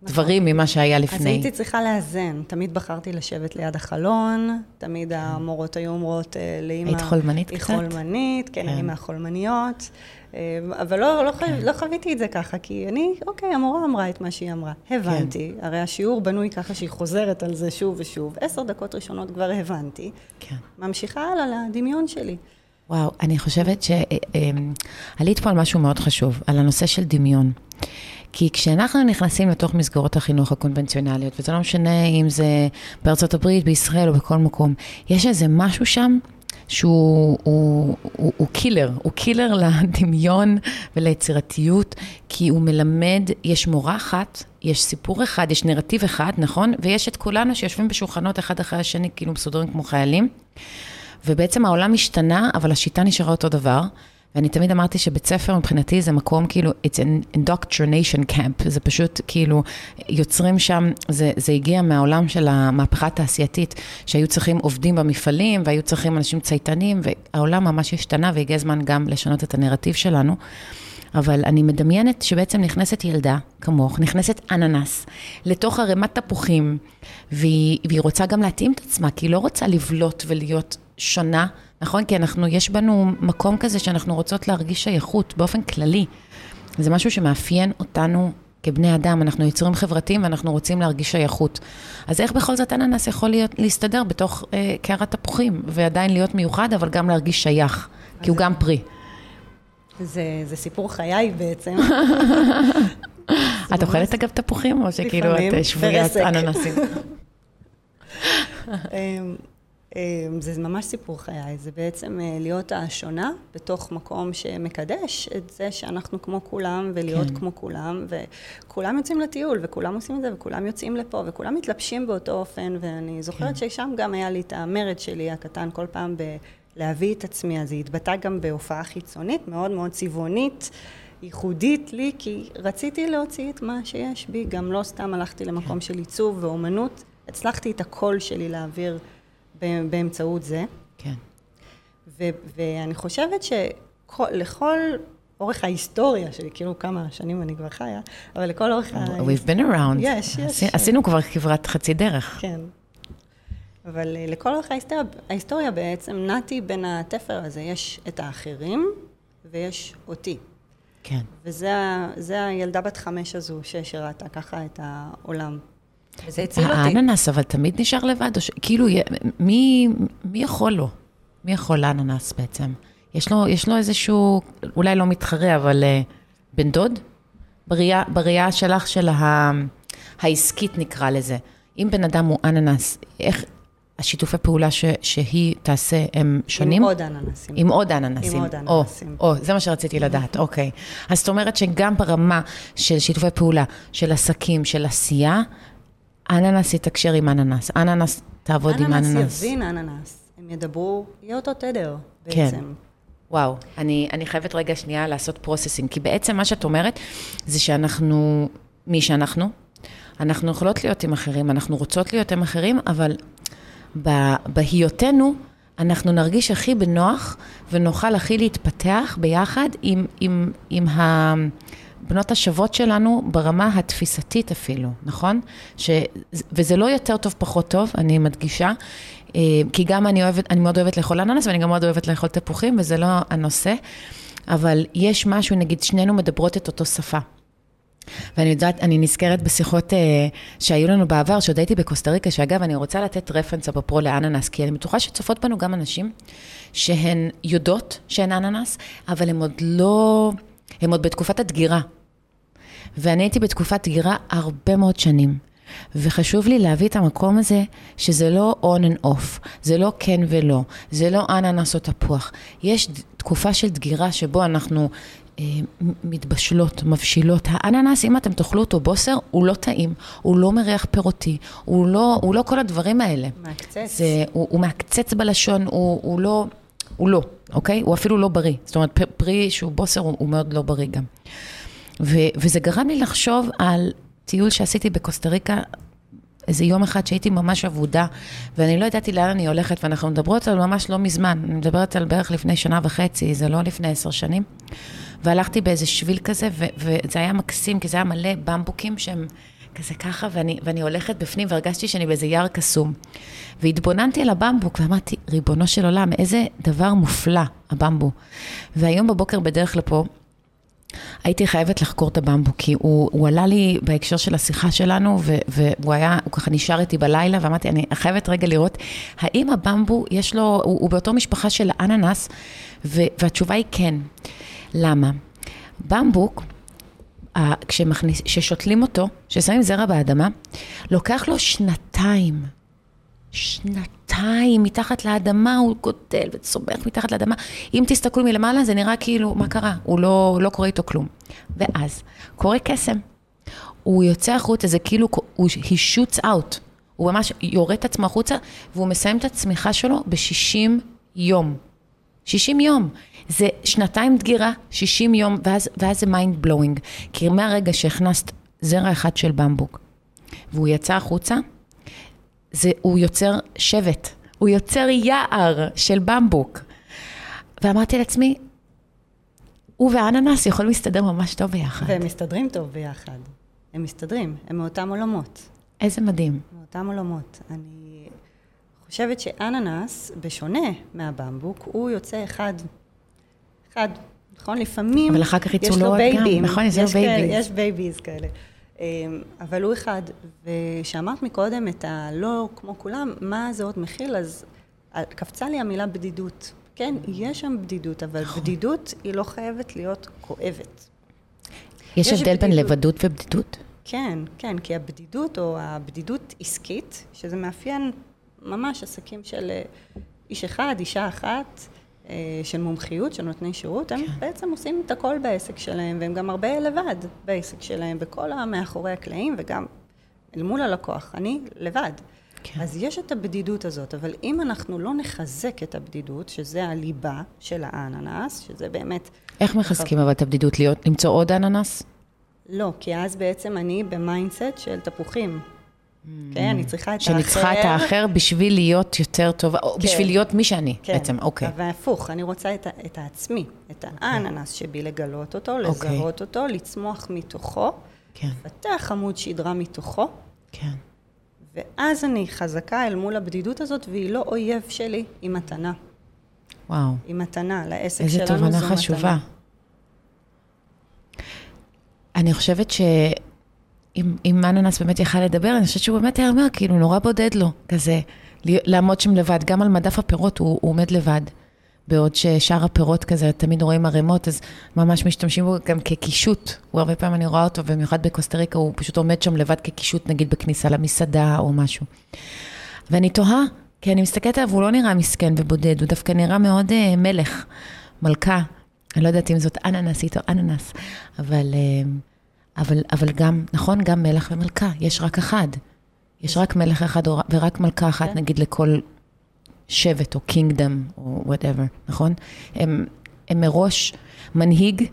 דברים ממה שהיה לפני. אז הייתי צריכה לאזן. תמיד בחרתי לשבת ליד החלון, תמיד המורות היו אומרות לאמא... היית חולמנית קצת? היא חולמנית, כן, אני מהחולמניות. אבל לא חוויתי את זה ככה, כי אני, אוקיי, המורה אמרה את מה שהיא אמרה. הבנתי, הרי השיעור בנוי ככה שהיא חוזרת על זה שוב ושוב. 10 דקות ראשונות כבר הבנתי. ממשיכה הלאה לדמיון שלי. וואו, אני חושבת שעלית פה על משהו מאוד חשוב, על הנושא של דמיון. כי כשאנחנו נכנסים לתוך מסגרות החינוך הקונבנציונליות, וזה לא משנה אם זה בארצות הברית, בישראל או בכל מקום, יש איזה משהו שם שהוא קילר, הוא קילר לדמיון וליצירתיות, כי הוא מלמד, יש מורה אחת, יש סיפור אחד, יש נרטיב אחד, נכון? ויש את כולנו שיושבים בשולחנות אחד אחרי השני, כאילו מסודרים כמו חיילים, ובעצם העולם משתנה, אבל השיטה נשארה אותו דבר, ואני תמיד אמרתי שבית ספר מבחינתי זה מקום כאילו, it's an indoctrination camp, זה פשוט כאילו יוצרים שם, זה הגיע מהעולם של המהפכה התעשייתית, שהיו צריכים עובדים במפעלים, והיו צריכים אנשים צייתנים, והעולם ממש השתנה, והגיע הזמן גם לשנות את הנרטיב שלנו, אבל אני מדמיינת שבעצם נכנסת ילדה כמוך, נכנסת אננס, לתוך הרמת תפוחים, והיא רוצה גם להתאים את עצמה, כי היא לא רוצה לבלוט ולהיות שונה, נכון? כי יש בנו מקום כזה שאנחנו רוצות להרגיש שייכות באופן כללי. זה משהו שמאפיין אותנו כבני אדם, אנחנו יצורים חברתיים ואנחנו רוצים להרגיש שייכות. אז איך בכל זאת אננס יכול להסתדר בתוך קערת תפוחים, ועדיין להיות מיוחד, אבל גם להרגיש שייך, כי הוא גם פרי. זה סיפור חיי בעצם. את אוכלת אגב תפוחים, או שכאילו את שבויית אננסים? זה ממש סיפור חיי, זה בעצם להיות השונה בתוך מקום שמקדש את זה שאנחנו כמו כולם ולהיות כמו כולם, וכולם יוצאים לטיול וכולם עושים את זה וכולם יוצאים לפה וכולם מתלבשים באותו אופן, ואני זוכרת ששם גם היה לי את המרד שלי הקטן כל פעם להביא את עצמי, אז זה התבטא גם בהופעה חיצונית מאוד מאוד צבעונית, ייחודית לי, כי רציתי להוציא את מה שיש בי, גם לא סתם הלכתי למקום של עיצוב ואומנות, הצלחתי את הקול שלי להעביר באמצעות זה. כן. ואני חושבת שלכל אורך ההיסטוריה שלי, כאילו כמה שנים אני כבר חיה, אבל לכל אורך We've been around. יש. עשינו כבר כברת חצי דרך. כן. אבל לכל אורך ההיסטוריה בעצם נעתי בין התפר הזה, יש את האחרים ויש אותי. כן. וזה הילדה בת 5 הזו שהשראתה ככה את העולם. וזה הציל אותי. האננס, אבל תמיד נשאר לבד, כאילו, מי יכול לו? מי יכול לאננס בעצם? יש לו איזשהו, אולי לא מתחרה, אבל בן דוד? בראייה שלך, של העסקית נקרא לזה. אם בן אדם הוא אננס, איך השיתופי פעולה שהיא תעשה הם שונים? עם עוד אננסים. עם עוד אננסים. זה מה שרציתי לדעת, אוקיי. אז זאת אומרת שגם ברמה של שיתופי פעולה, של עסקים, של עשייה, אננס יתקשר עם אננס, אננס תעבוד עם אננס. אננס יבין אננס, הם ידברו, יהיה אותו תדר בעצם. כן, וואו, אני חייבת רגע שנייה לעשות פרוססינג, כי בעצם מה שאת אומרת, זה שאנחנו, מי שאנחנו, אנחנו יכולות להיות עם אחרים, אנחנו רוצות להיות עם אחרים, אבל בהיותנו, אנחנו נרגיש הכי בנוח, ונוכל הכי להתפתח ביחד עם בנות השוות שלנו ברמה התפיסתית אפילו, נכון? וזה לא יותר טוב, פחות טוב, אני מדגישה, כי גם אני מאוד אוהבת לאכול אננס, ואני גם מאוד אוהבת לאכול תפוחים, וזה לא הנושא, אבל יש משהו, נגיד, שנינו מדברות את אותו שפה. ואני יודעת, אני נזכרת בשיחות שהיו לנו בעבר, שעוד הייתי בקוסטה ריקה, שאגב, אני רוצה לתת רפרנס בפרו לאננס, כי אני בטוחה שצופות בנו גם אנשים שהן יודעות שהן אננס, אבל הם עוד בתקופת הדגירה. ואני הייתי בתקופת דגירה הרבה מאוד שנים. וחשוב לי להביא את המקום הזה, שזה לא on and off, זה לא כן ולא, זה לא אננס או תפוח. יש תקופה של דגירה שבו אנחנו מתבשלות, מבשילות. האננס, אם אתם תאכלו אותו בוסר, הוא לא טעים, הוא לא מריח פירותי, הוא לא כל הדברים האלה. מעקצץ. הוא מעקצץ בלשון, הוא לא, אוקיי? הוא אפילו לא בריא. זאת אומרת, פרי שהוא בוסר, הוא מאוד לא בריא גם. וזה גרם לי לחשוב על טיול שעשיתי בקוסטה ריקה, איזה יום אחד שהייתי ממש עבודה, ואני לא ידעתי לאן אני הולכת, ואנחנו מדברות על ממש לא מזמן, אני מדברת על בערך לפני 1.5 שנה, זה לא לפני 10 שנים, והלכתי באיזה שביל כזה, וזה היה מקסים, כי זה היה מלא במבוקים שהם כזה ככה, ואני הולכת בפנים, והרגשתי שאני באיזה יער קסום. והתבוננתי על הבמבוק, ואמרתי, ריבונו של עולם, איזה דבר מופלא, הבמבו. והיום בבוקר בדרך לפה, הייתי חייבת לחקור את הבמבוק, כי הוא עלה לי בהקשר של השיחה שלנו, והוא ככה נשאר איתי בלילה, ואמרתי, אני חייבת רגע לראות, האם הבמבו יש לו, הוא באותו משפחה של האננס, והתשובה היא כן. למה? במבוק, כששותלים אותו, כששמים זרע באדמה, לוקח לו שנתיים מתחת לאדמה, הוא גודל וצומח מתחת לאדמה. אם תסתכלו מלמעלה, זה נראה כאילו, מה קרה? הוא לא קורה איתו כלום. ואז, קורה קסם. הוא יוצא החוצה, זה כאילו, he shoots out. הוא ממש יורד את עצמו החוצה, והוא מסיים את הצמיחה שלו ב-60 יום. 60 יום. זה שנתיים דגירה, 60 יום, ואז זה mind blowing. כי מהרגע שהכנסת זרע אחד של במבוק, והוא יצא החוצה, הוא יוצר שבט, הוא יוצר יער של במבוק. ואמרתי לעצמי, הוא והאננס יכולים להסתדר ממש טוב ביחד. והם מסתדרים טוב ביחד. הם מסתדרים, הם מאותם עולמות. איזה מדהים. מאותם עולמות. אני חושבת שאננס, בשונה מהבמבוק, הוא יוצא אחד, נכון? לפעמים אבל אחר כך יש לו בייבים. נכון, יש לו בייביז. יש בייביז כאלה. אבל הוא אחד, ושאמרת מקודם את הלא כמו כולם, מה זה עוד מכיל, אז קפצה לי המילה בדידות. כן, יש שם בדידות, אבל בדידות היא לא חייבת להיות כואבת. יש הבדל בין לבדות ובדידות? כן, כן, כי הבדידות או הבדידות עסקית, שזה מאפיין ממש עסקים של איש אחד, אישה אחת, של מומחיות, של נותני שירות, הם בעצם עושים את הכל בעסק שלהם, והם גם הרבה לבד בעסק שלהם, בכל המאחורי הקלעים, וגם אל מול הלקוח, אני לבד. כן. אז יש את הבדידות הזאת, אבל אם אנחנו לא נחזק את הבדידות, שזה הליבה של האננס, שזה באמת... איך מחזקים אבל את הבדידות? למצוא עוד אננס? לא, כי אז בעצם אני במיינדסט של תפוחים. כן, אני צריכה את האחר. שאני צריכה את האחר בשביל להיות יותר טובה, או בשביל להיות מי שאני, בעצם, אוקיי. אבל הפוך, אני רוצה את העצמי, את האננס שבי לגלות אותו, לזהות אותו, לצמוח מתוכו, לפתח עמוד שדרה מתוכו, ואז אני חזקה אל מול הבדידות הזאת, והיא לא אויב שלי, היא מתנה. וואו. היא מתנה, לעסק שלנו איזה תובנה חשובה. אני חושבת אם אננס באמת יכל לדבר, אני חושבת שהוא באמת היה אומר, כאילו נורא בודד לו, כזה, לעמוד שם לבד, גם על מדף הפירות הוא עומד לבד, בעוד ששאר הפירות כזה, תמיד רואים ערימות, אז ממש משתמשים בו גם כקישוט, הוא הרבה פעמים אני רואה אותו, במיוחד בקוסטה ריקה, הוא פשוט עומד שם לבד כקישוט, נגיד בכניסה למסעדה או משהו. ואני תוהה, כי אני מסתכלת עליו, הוא לא נראה מסכן ובודד, הוא דווקא נראה מאוד מלך, מלכה, אני לא יודעת אם זאת אננסית או אננס, אבל גם, נכון, גם מלך ומלכה, יש רק אחד. יש רק מלך אחד ורק מלכה אחת, נגיד לכל שבט או קינגדם או whatever, נכון? הם מראש מנהיג,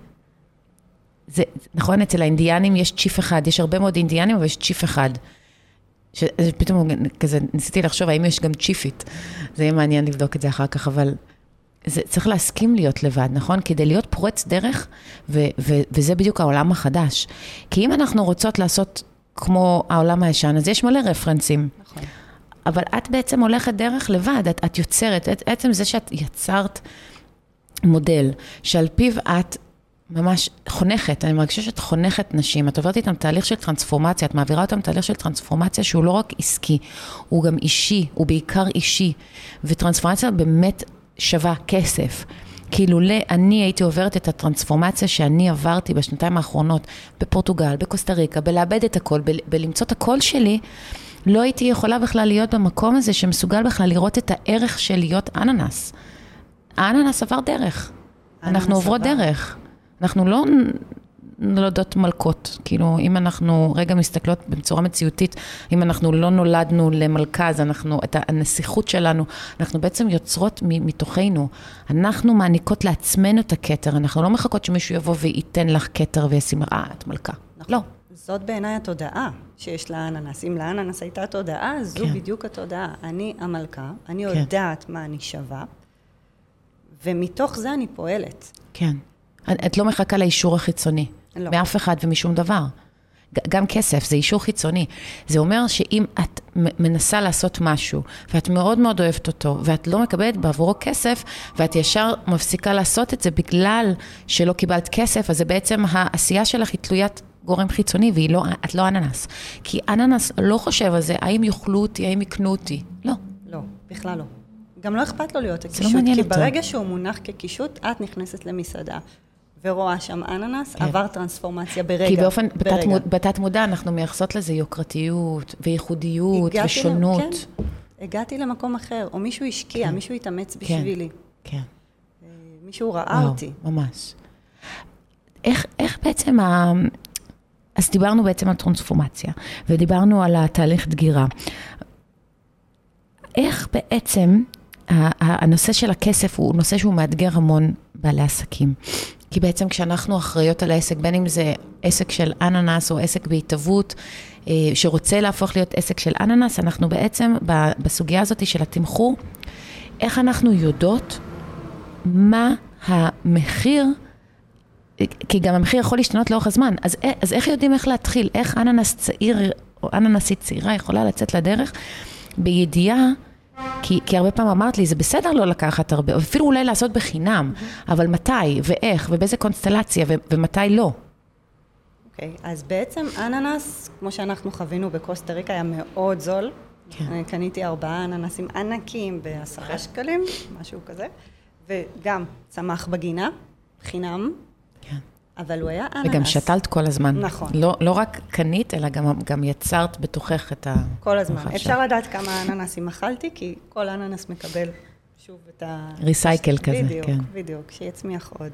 נכון, אצל האינדיאנים יש צ'יף אחד, יש הרבה מאוד אינדיאנים, אבל יש צ'יף אחד. פתאום כזה, ניסיתי לחשוב, האם יש גם צ'יפית? זה יהיה מעניין לבדוק את זה אחר כך, אבל... צריך להסכים להיות לבד, נכון? כדי להיות פורץ דרך, וזה בדיוק העולם החדש. כי אם אנחנו רוצות לעשות כמו העולם הישן, אז יש מלא רפרנסים. נכון. אבל את בעצם הולכת דרך לבד, את יוצרת, בעצם זה שאת יצרת מודל, שעל פיו את ממש חונכת, אני מרגישה שאת חונכת נשים, את עוברת איתם תהליך של טרנספורמציה, את מעבירה אותם תהליך של טרנספורמציה שהוא לא רק עסקי, הוא גם אישי, הוא בעיקר אישי, וטרנספורמציה באמת שווה כסף. כאילו אני הייתי עוברת את הטרנספורמציה שאני עברתי בשנתיים האחרונות, בפורטוגל, בקוסטה ריקה, בלאבד את הכל, בלמצוא את הכל שלי, לא הייתי יכולה בכלל להיות במקום הזה, שמסוגל בכלל לראות את הערך של להיות אננס. האננס עבר דרך. אנחנו עוברות דרך. אנחנו לא נולדות מלכות. כאילו, אם אנחנו רגע מסתכלות בצורה מציאותית, אם אנחנו לא נולדנו למלכה, אז את הנסיכות שלנו, אנחנו בעצם יוצרות מתוכנו. אנחנו מעניקות לעצמנו את הכתר. אנחנו לא מחכות שמישהו יבוא וייתן לך כתר וישים, את מלכה. נכון. לא. זאת בעיניי התודעה שיש לאננס. אם לאננס הייתה תודעה, זו בדיוק התודעה. אני המלכה, אני יודעת מה אני שווה, ומתוך זה אני פועלת. כן. את לא מחכה לאישור החיצוני. לא. מאף אחד ומשום דבר. גם כסף, זה אישור חיצוני. זה אומר שאם את מנסה לעשות משהו, ואת מאוד מאוד אוהבת אותו, ואת לא מקבלת בעבורו כסף, ואת ישר מפסיקה לעשות את זה בגלל שלא קיבלת כסף, אז זה בעצם העשייה שלך היא תלוית גורם חיצוני, ואת לא אננס. כי אננס לא חושב על זה, האם יאכלו אותי, האם יקנו אותי. לא. לא, בכלל לא. גם לא אכפת לו להיות הקישוט, כי ברגע שהוא מונח כקישוט, את נכנסת למסעדה, ורואה שם אננס, עבר טרנספורמציה ברגע. כי באופן, בתת מודע אנחנו מייחסות לזה יוקרתיות, וייחודיות, ושונות. כן, הגעתי למקום אחר, או מישהו השקיע, מישהו התאמץ בשבילי. כן. מישהו ראה אותי. ממש. איך בעצם אז דיברנו בעצם על טרנספורמציה, ודיברנו על התהליך דגירה. איך בעצם הנושא של הכסף הוא נושא שהוא מאתגר המון בעלי עסקים. כי בעצם כשאנחנו אחראיות על העסק, בין אם זה עסק של אננס או עסק בהתהוות, שרוצה להפוך להיות עסק של אננס, אנחנו בעצם בסוגיה הזאת של התמחור, איך אנחנו יודעות מה המחיר, כי גם המחיר יכול להשתנות לאורך הזמן, אז איך יודעים איך להתחיל? איך אננס צעיר או אננסית צעירה יכולה לצאת לדרך בידיעה, כי הרבה פעם אמרת לי, זה בסדר לא לקחת הרבה, אפילו אולי לעשות בחינם, אבל מתי ואיך ובאיזה קונסטלציה ומתי לא. אוקיי, אז בעצם אננס, כמו שאנחנו חווינו בקוסטה ריקה, היה מאוד זול. אני קניתי 4 אננסים ענקים ב10 שקלים, משהו כזה, וגם צמח בגינה, חינם. אבל הוא היה אננס. וגם שתלת כל הזמן. נכון. לא רק קנית, אלא גם יצרת בתוכך את כל הזמן. אפשר לדעת כמה אננסים אכלתי, כי כל אננס מקבל שוב את ריסייקל כזה, בדיוק, כן. בדיוק, שיצמיח עוד.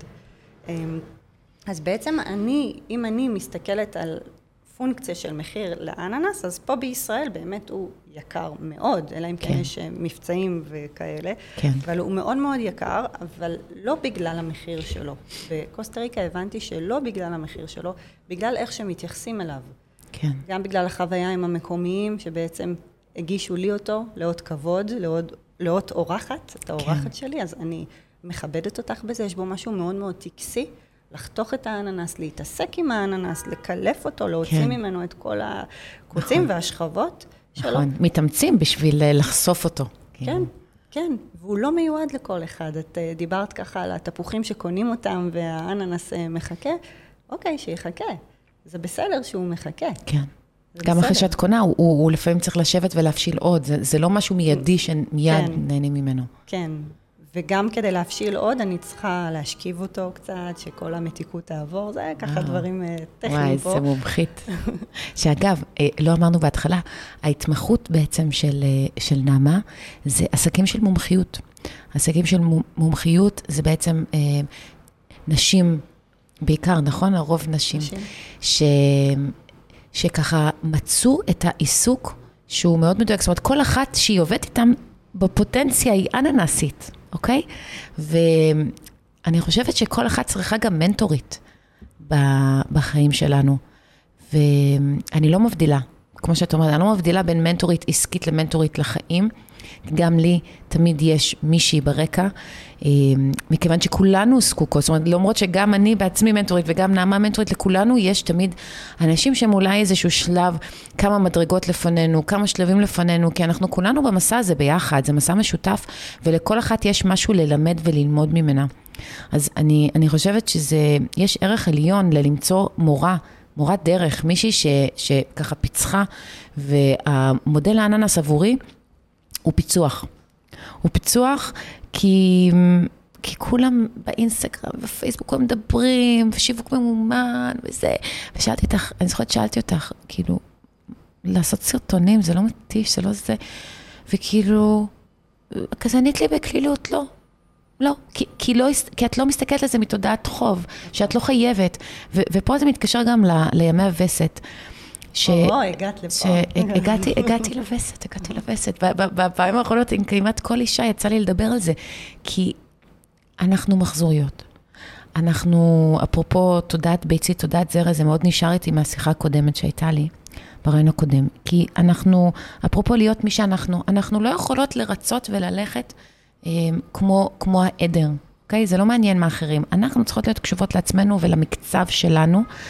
אז בעצם אם אני מסתכלת על פונקציה של מחיר לאננס, אז פה בישראל באמת הוא יקר מאוד, אלא אם כן יש מבצעים וכאלה, אבל הוא מאוד מאוד יקר, אבל לא בגלל המחיר שלו. בקוסטה ריקה הבנתי שלא בגלל המחיר שלו, בגלל איך שמתייחסים אליו. כן. גם בגלל החוויה עם המקומיים, שבעצם הגישו לי אותו, לאות כבוד, לאות אורחת, את האורחת שלי, אז אני מכבדת אותך בזה, יש בו משהו מאוד מאוד טקסי, לחתוך את האננס, להתעסק עם האננס, לקלף אותו, להוציא ממנו את כל הקוצים והשכבות שלו. נכון, מתאמצים בשביל לחשוף אותו. כן, כן, והוא לא מיועד לכל אחד. את דיברת ככה על התפוחים שקונים אותם והאננס מחכה, אוקיי, שיחכה. זה בסדר שהוא מחכה. כן. גם אחרי שאת קונה, הוא לפעמים צריך לשבת ולהפשיל עוד. זה לא משהו מיידי שמיד נהנים ממנו. כן. וגם כדי להפשיל עוד, אני צריכה להשכיב אותו קצת, שכל המתיקות תעבור, זה ככה דברים טכניים פה. וואי, זה מומחית. שאגב, לא אמרנו בהתחלה, ההתמחות בעצם של נעמה, זה עסקים של מומחיות. עסקים של מומחיות זה בעצם נשים, בעיקר, נכון? הרוב נשים. שככה מצאו את העיסוק שהוא מאוד מדויק. זאת אומרת, כל אחת שהיא עובדת איתם, בפוטנציה היא אננסית. אוקיי? ואני חושבת שכל אחת צריכה גם מנטורית בחיים שלנו. ואני לא מבדילה, כמו שאת אומרת, אני לא מבדילה בין מנטורית עסקית למנטורית לחיים. גם לי תמיד יש מישהי ברקע, מכיוון שכולנו זקוקות, זאת אומרת, למרות שגם אני בעצמי מנטורית וגם נעמה מנטורית, לכולנו יש תמיד אנשים שהם אולי איזשהו שלב, כמה מדרגות לפנינו, כמה שלבים לפנינו, כי אנחנו כולנו במסע הזה ביחד, זה מסע משותף, ולכל אחת יש משהו ללמד וללמוד ממנה. אז אני חושבת יש ערך עליון ללמצוא מורת דרך, מישהי שככה פיצחה, והמודל האננס עבורי, הוא פיצוח. הוא פיצוח כי כולם באינסטגרם ובפייסבוק הם מדברים, ושיווק ממומן וזה. ושאלתי אותך, אני זוכרת שאלתי אותך, כאילו, לעשות סרטונים, זה לא מתיש, זה לא זה. וכאילו, כזה ענית לי בכלילות, לא. לא, כי את לא מסתכלת על זה מתודעת חוב, שאת לא חייבת. ופה זה מתקשר גם לימי הווסת. הגעת לפה. הגעתי לווסת. בפעמים האחרונות, עם כמעט כל אישה יצא לי לדבר על זה, כי אנחנו מחזוריות. אנחנו, אפרופו תודעת ביצית, תודעת זרע, זה מאוד נשאר איתי מהשיחה הקודמת שהייתה לי, ברעיון הקודם. כי אנחנו, אפרופו להיות מי שאנחנו, אנחנו לא יכולות לרצות וללכת כמו העדר. אוקיי? זה לא מעניין מה אחרים. אנחנו צריכות להיות קשובות לעצמנו ולמקצב שלנו,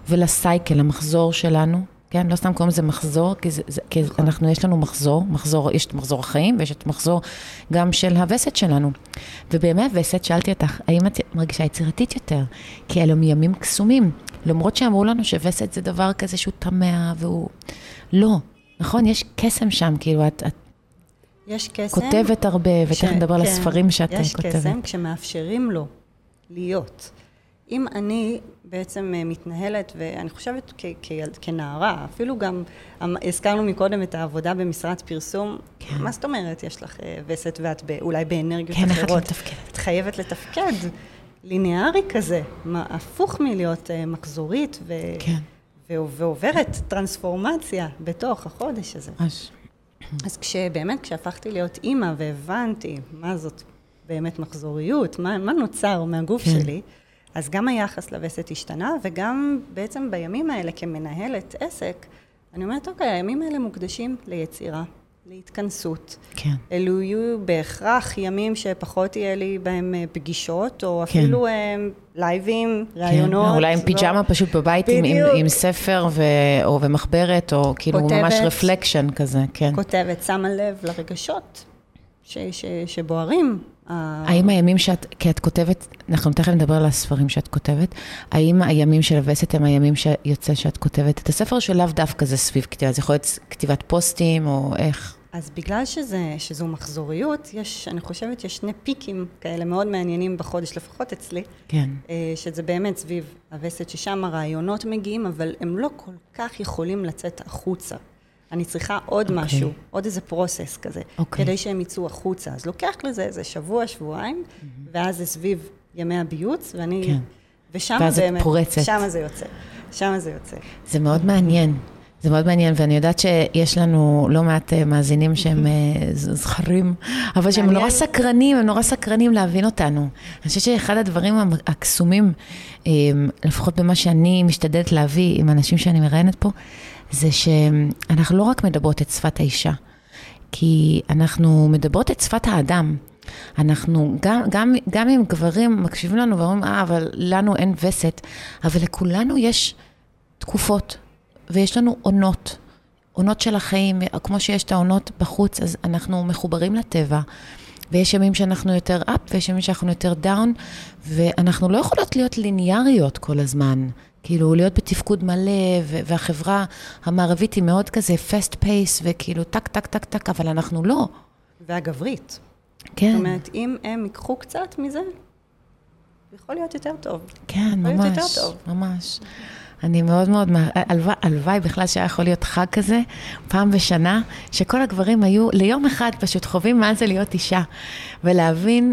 ולסייקל, למחזור שלנו, כן? לא סתם קוראים לזה מחזור, כי יש לנו מחזור, יש את מחזור החיים, ויש את מחזור גם של הווסת שלנו. ובימי הווסת שאלתי אותך, האם את מרגישה יצירתית יותר? כי אלו מימים קסומים, למרות שאמרו לנו שווסת זה דבר כזה שהוא תמה, והוא... לא, נכון? יש קסם שם, כאילו את יש קסם, כותבת הרבה, ותכף נדבר על הספרים שאת כותבת. יש קסם כשמאפשרים לו להיות. אם אני בעצם מתנהלת, ואני חושבת כנערה, אפילו גם, הזכרנו מקודם את העבודה במשרד פרסום, מה זאת אומרת? יש לך וסת ואת אולי באנרגיות אחרות. את חייבת לתפקד, ליניארי כזה, הפוך מלהיות מחזורית, ועוברת טרנספורמציה בתוך החודש הזה. אז כשהפכתי להיות אימא והבנתי מה זאת באמת מחזוריות, מה נוצר מהגוף שלי, אז גם היחס לווסת השתנה, וגם בעצם בימים האלה כמנהלת עסק, אני אומרת, אוקיי, הימים האלה מוקדשים ליצירה, להתכנסות. כן. אלו יהיו בהכרח ימים שפחות יהיה לי בהם פגישות, או אפילו לייבים, רעיונות. אולי עם פיג'מה פשוט בבית, עם ספר ומחברת, או כאילו ממש רפלקשן כזה, כן. כותבת, שמה לב לרגשות שבוערים. האם הימים כי את כותבת, אנחנו תכף נדבר על הספרים שאת כותבת, האם הימים של הווסת הם הימים שיוצא שאת כותבת את הספר, שלאו דווקא זה סביב כתיבה, זה יכול להיות כתיבת פוסטים או איך? אז בגלל שזו מחזוריות, אני חושבת שיש שני פיקים כאלה מאוד מעניינים בחודש, לפחות אצלי, כן. שזה באמת סביב הווסת, ששם הרעיונות מגיעים, אבל הם לא כל כך יכולים לצאת החוצה. אני צריכה עוד משהו, עוד איזה פרוסס כזה, כדי שהם יצאו החוצה. אז לוקח לזה איזה שבוע, שבועיים, ואז זה סביב ימי הביוץ, ושם באמת, שם זה יוצא. זה מאוד מעניין. זה מאוד מעניין, ואני יודעת שיש לנו לא מעט מאזינים שהם זכרים, אבל שהם נורא סקרנים להבין אותנו. אני חושבת שאחד הדברים הקסומים, לפחות במה שאני משתדלת להביא עם אנשים שאני מראיינת פה, זה שאנחנו לא רק מדברות את שפת האישה, כי אנחנו מדברות את שפת האדם. אנחנו, גם אם גברים מקשיבים לנו ואומרים, אבל לנו אין וסת, אבל לכולנו יש תקופות, ויש לנו עונות של החיים, כמו שיש את העונות בחוץ, אז אנחנו מחוברים לטבע, ויש ימים שאנחנו יותר אפ, ויש ימים שאנחנו יותר דאון, ואנחנו לא יכולות להיות ליניאריות כל הזמן, כאילו להיות בתפקוד מלא, והחברה המערבית היא מאוד כזה fast pace, וכאילו טק, טק, טק, טק, אבל אנחנו לא. והגברית. כן. זאת אומרת, אם הם יקחו קצת מזה, יכול להיות יותר טוב. כן, ממש. אני מאוד מאוד, הלוואי בכלל שהיה יכול להיות חג כזה, פעם בשנה, שכל הגברים היו ליום אחד פשוט חווים מה זה להיות אישה, ולהבין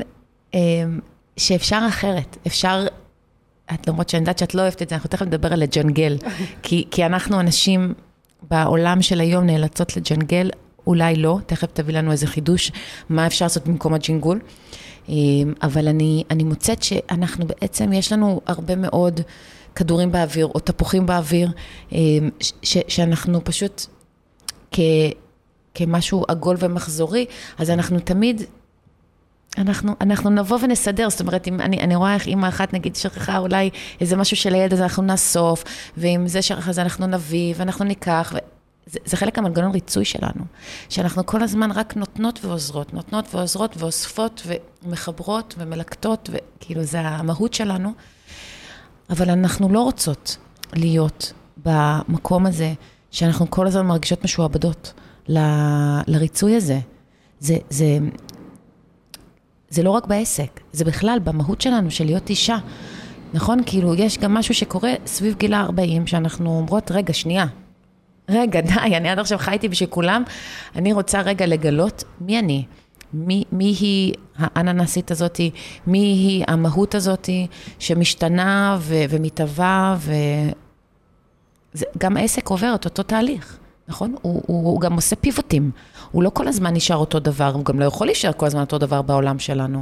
שאפשר אחרת, אפשר, למרות שאני יודעת שאת לא אוהבת את זה, אנחנו תכף נדבר על לג'נגל, כי אנחנו אנשים בעולם של היום נאלצות לג'נגל, אולי לא, תכף תביא לנו איזה חידוש, מה אפשר לעשות במקום הג'ינגול, אבל אני מוצאת שאנחנו בעצם, יש לנו הרבה מאוד כדורים באוויר, או תפוחים באוויר, שאנחנו פשוט כמשהו עגול ומחזורי, אז אנחנו תמיד, אנחנו נבוא ונסדר, זאת אומרת, אני רואה איך אמא אחת נגיד שכחה אולי איזה משהו של הילד, אז אנחנו נאסוף, ואם זה שכחה, אז אנחנו נביא, ואנחנו ניקח, זה חלק המנגנון ריצוי שלנו, שאנחנו כל הזמן רק נותנות ועוזרות, ואוספות ומחברות ומלקטות, וכאילו זה המהות שלנו, אבל אנחנו לא רוצות להיות במקום הזה, שאנחנו כל הזמן מרגישות משועבדות לריצוי הזה. זה לא רק בעסק, זה בכלל במהות שלנו של להיות אישה. נכון? כאילו יש גם משהו שקורה סביב גילה 40, שאנחנו אומרות, רגע, שנייה. רגע, די, אני עד עכשיו חייתי בשביל כולם. אני רוצה רגע לגלות מי אני. מי היא האננסית הזאת, מי היא המהות הזאת שמשתנה ומתהווה, וגם העסק עובר את אותו תהליך, נכון? הוא גם עושה פיבוטים, הוא לא כל הזמן נשאר אותו דבר, הוא גם לא יכול להישאר כל הזמן אותו דבר בעולם שלנו.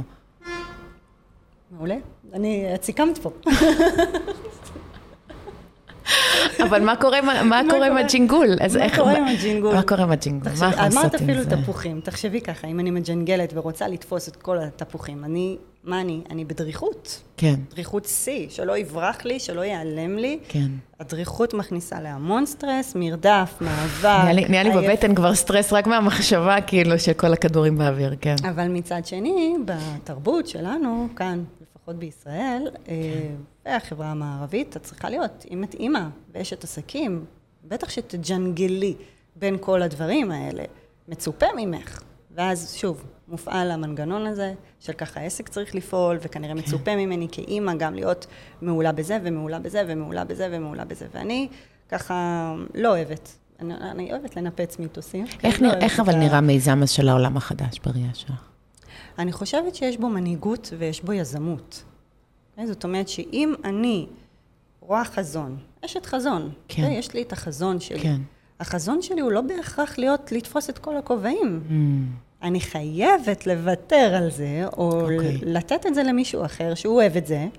מעולה, את סיכמת פה. אבל מה קורה עם הג'ינגול? מה קורה עם הג'ינגול? מה קורה עם הג'ינגול? מה אנחנו עושות עם זה? אמרת אפילו תפוחים. תחשבי ככה, אם אני מג'נגלת ורוצה לתפוס את כל התפוחים, אני בדריכות. כן. דריכות C, שלא יברח לי, שלא ייעלם לי. כן. הדריכות מכניסה להמון סטרס, מרדף, מאבק. נהיה לי בבטן כבר סטרס רק מהמחשבה, כאילו, של כל הכדורים באוויר, כן. אבל מצד שני, בתרבות שלנו, כאן, לפחות בישראל, והחברה המערבית, את צריכה להיות, אם את אימא ואשת עסקים, בטח שתג'נגלי בין כל הדברים האלה, מצופה ממך. ואז שוב, מופעל המנגנון הזה, של ככה העסק צריך לפעול, וכנראה מצופה ממני כאימא גם להיות מעולה בזה, ומעולה בזה, ומעולה בזה, ומעולה בזה. ואני ככה לא אוהבת. אני אוהבת לנפץ מיתוסים. איך אבל נראה מיזם של העולם החדש בראייה שלך? אני חושבת שיש בו מנהיגות ויש בו יזמות. זאת אומרת שאם אני רואה חזון, אשת חזון, יש לי את החזון שלי. החזון שלי הוא לא בהכרח לתפוס את כל הכובעים. אני חייבת לוותר על זה, או לתת את זה למישהו אחר שהוא אוהב את זה,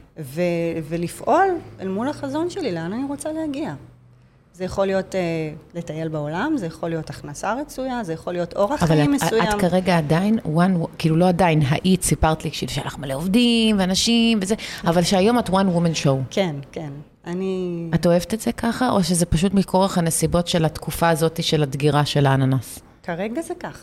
ולפעול אל מול החזון שלי, לאן אני רוצה להגיע. זה יכול להיות לטייל בעולם, זה יכול להיות הכנסה רצויה, זה יכול להיות אורח חיים מסוים. אבל את כרגע עדיין, כאילו לא עדיין, היית סיפרת לי שלך מלא עובדים ואנשים וזה, אבל שהיום את one woman show. כן. את אוהבת את זה ככה, או שזה פשוט מכורח הנסיבות של התקופה הזאת של הדגירה של האננס? כרגע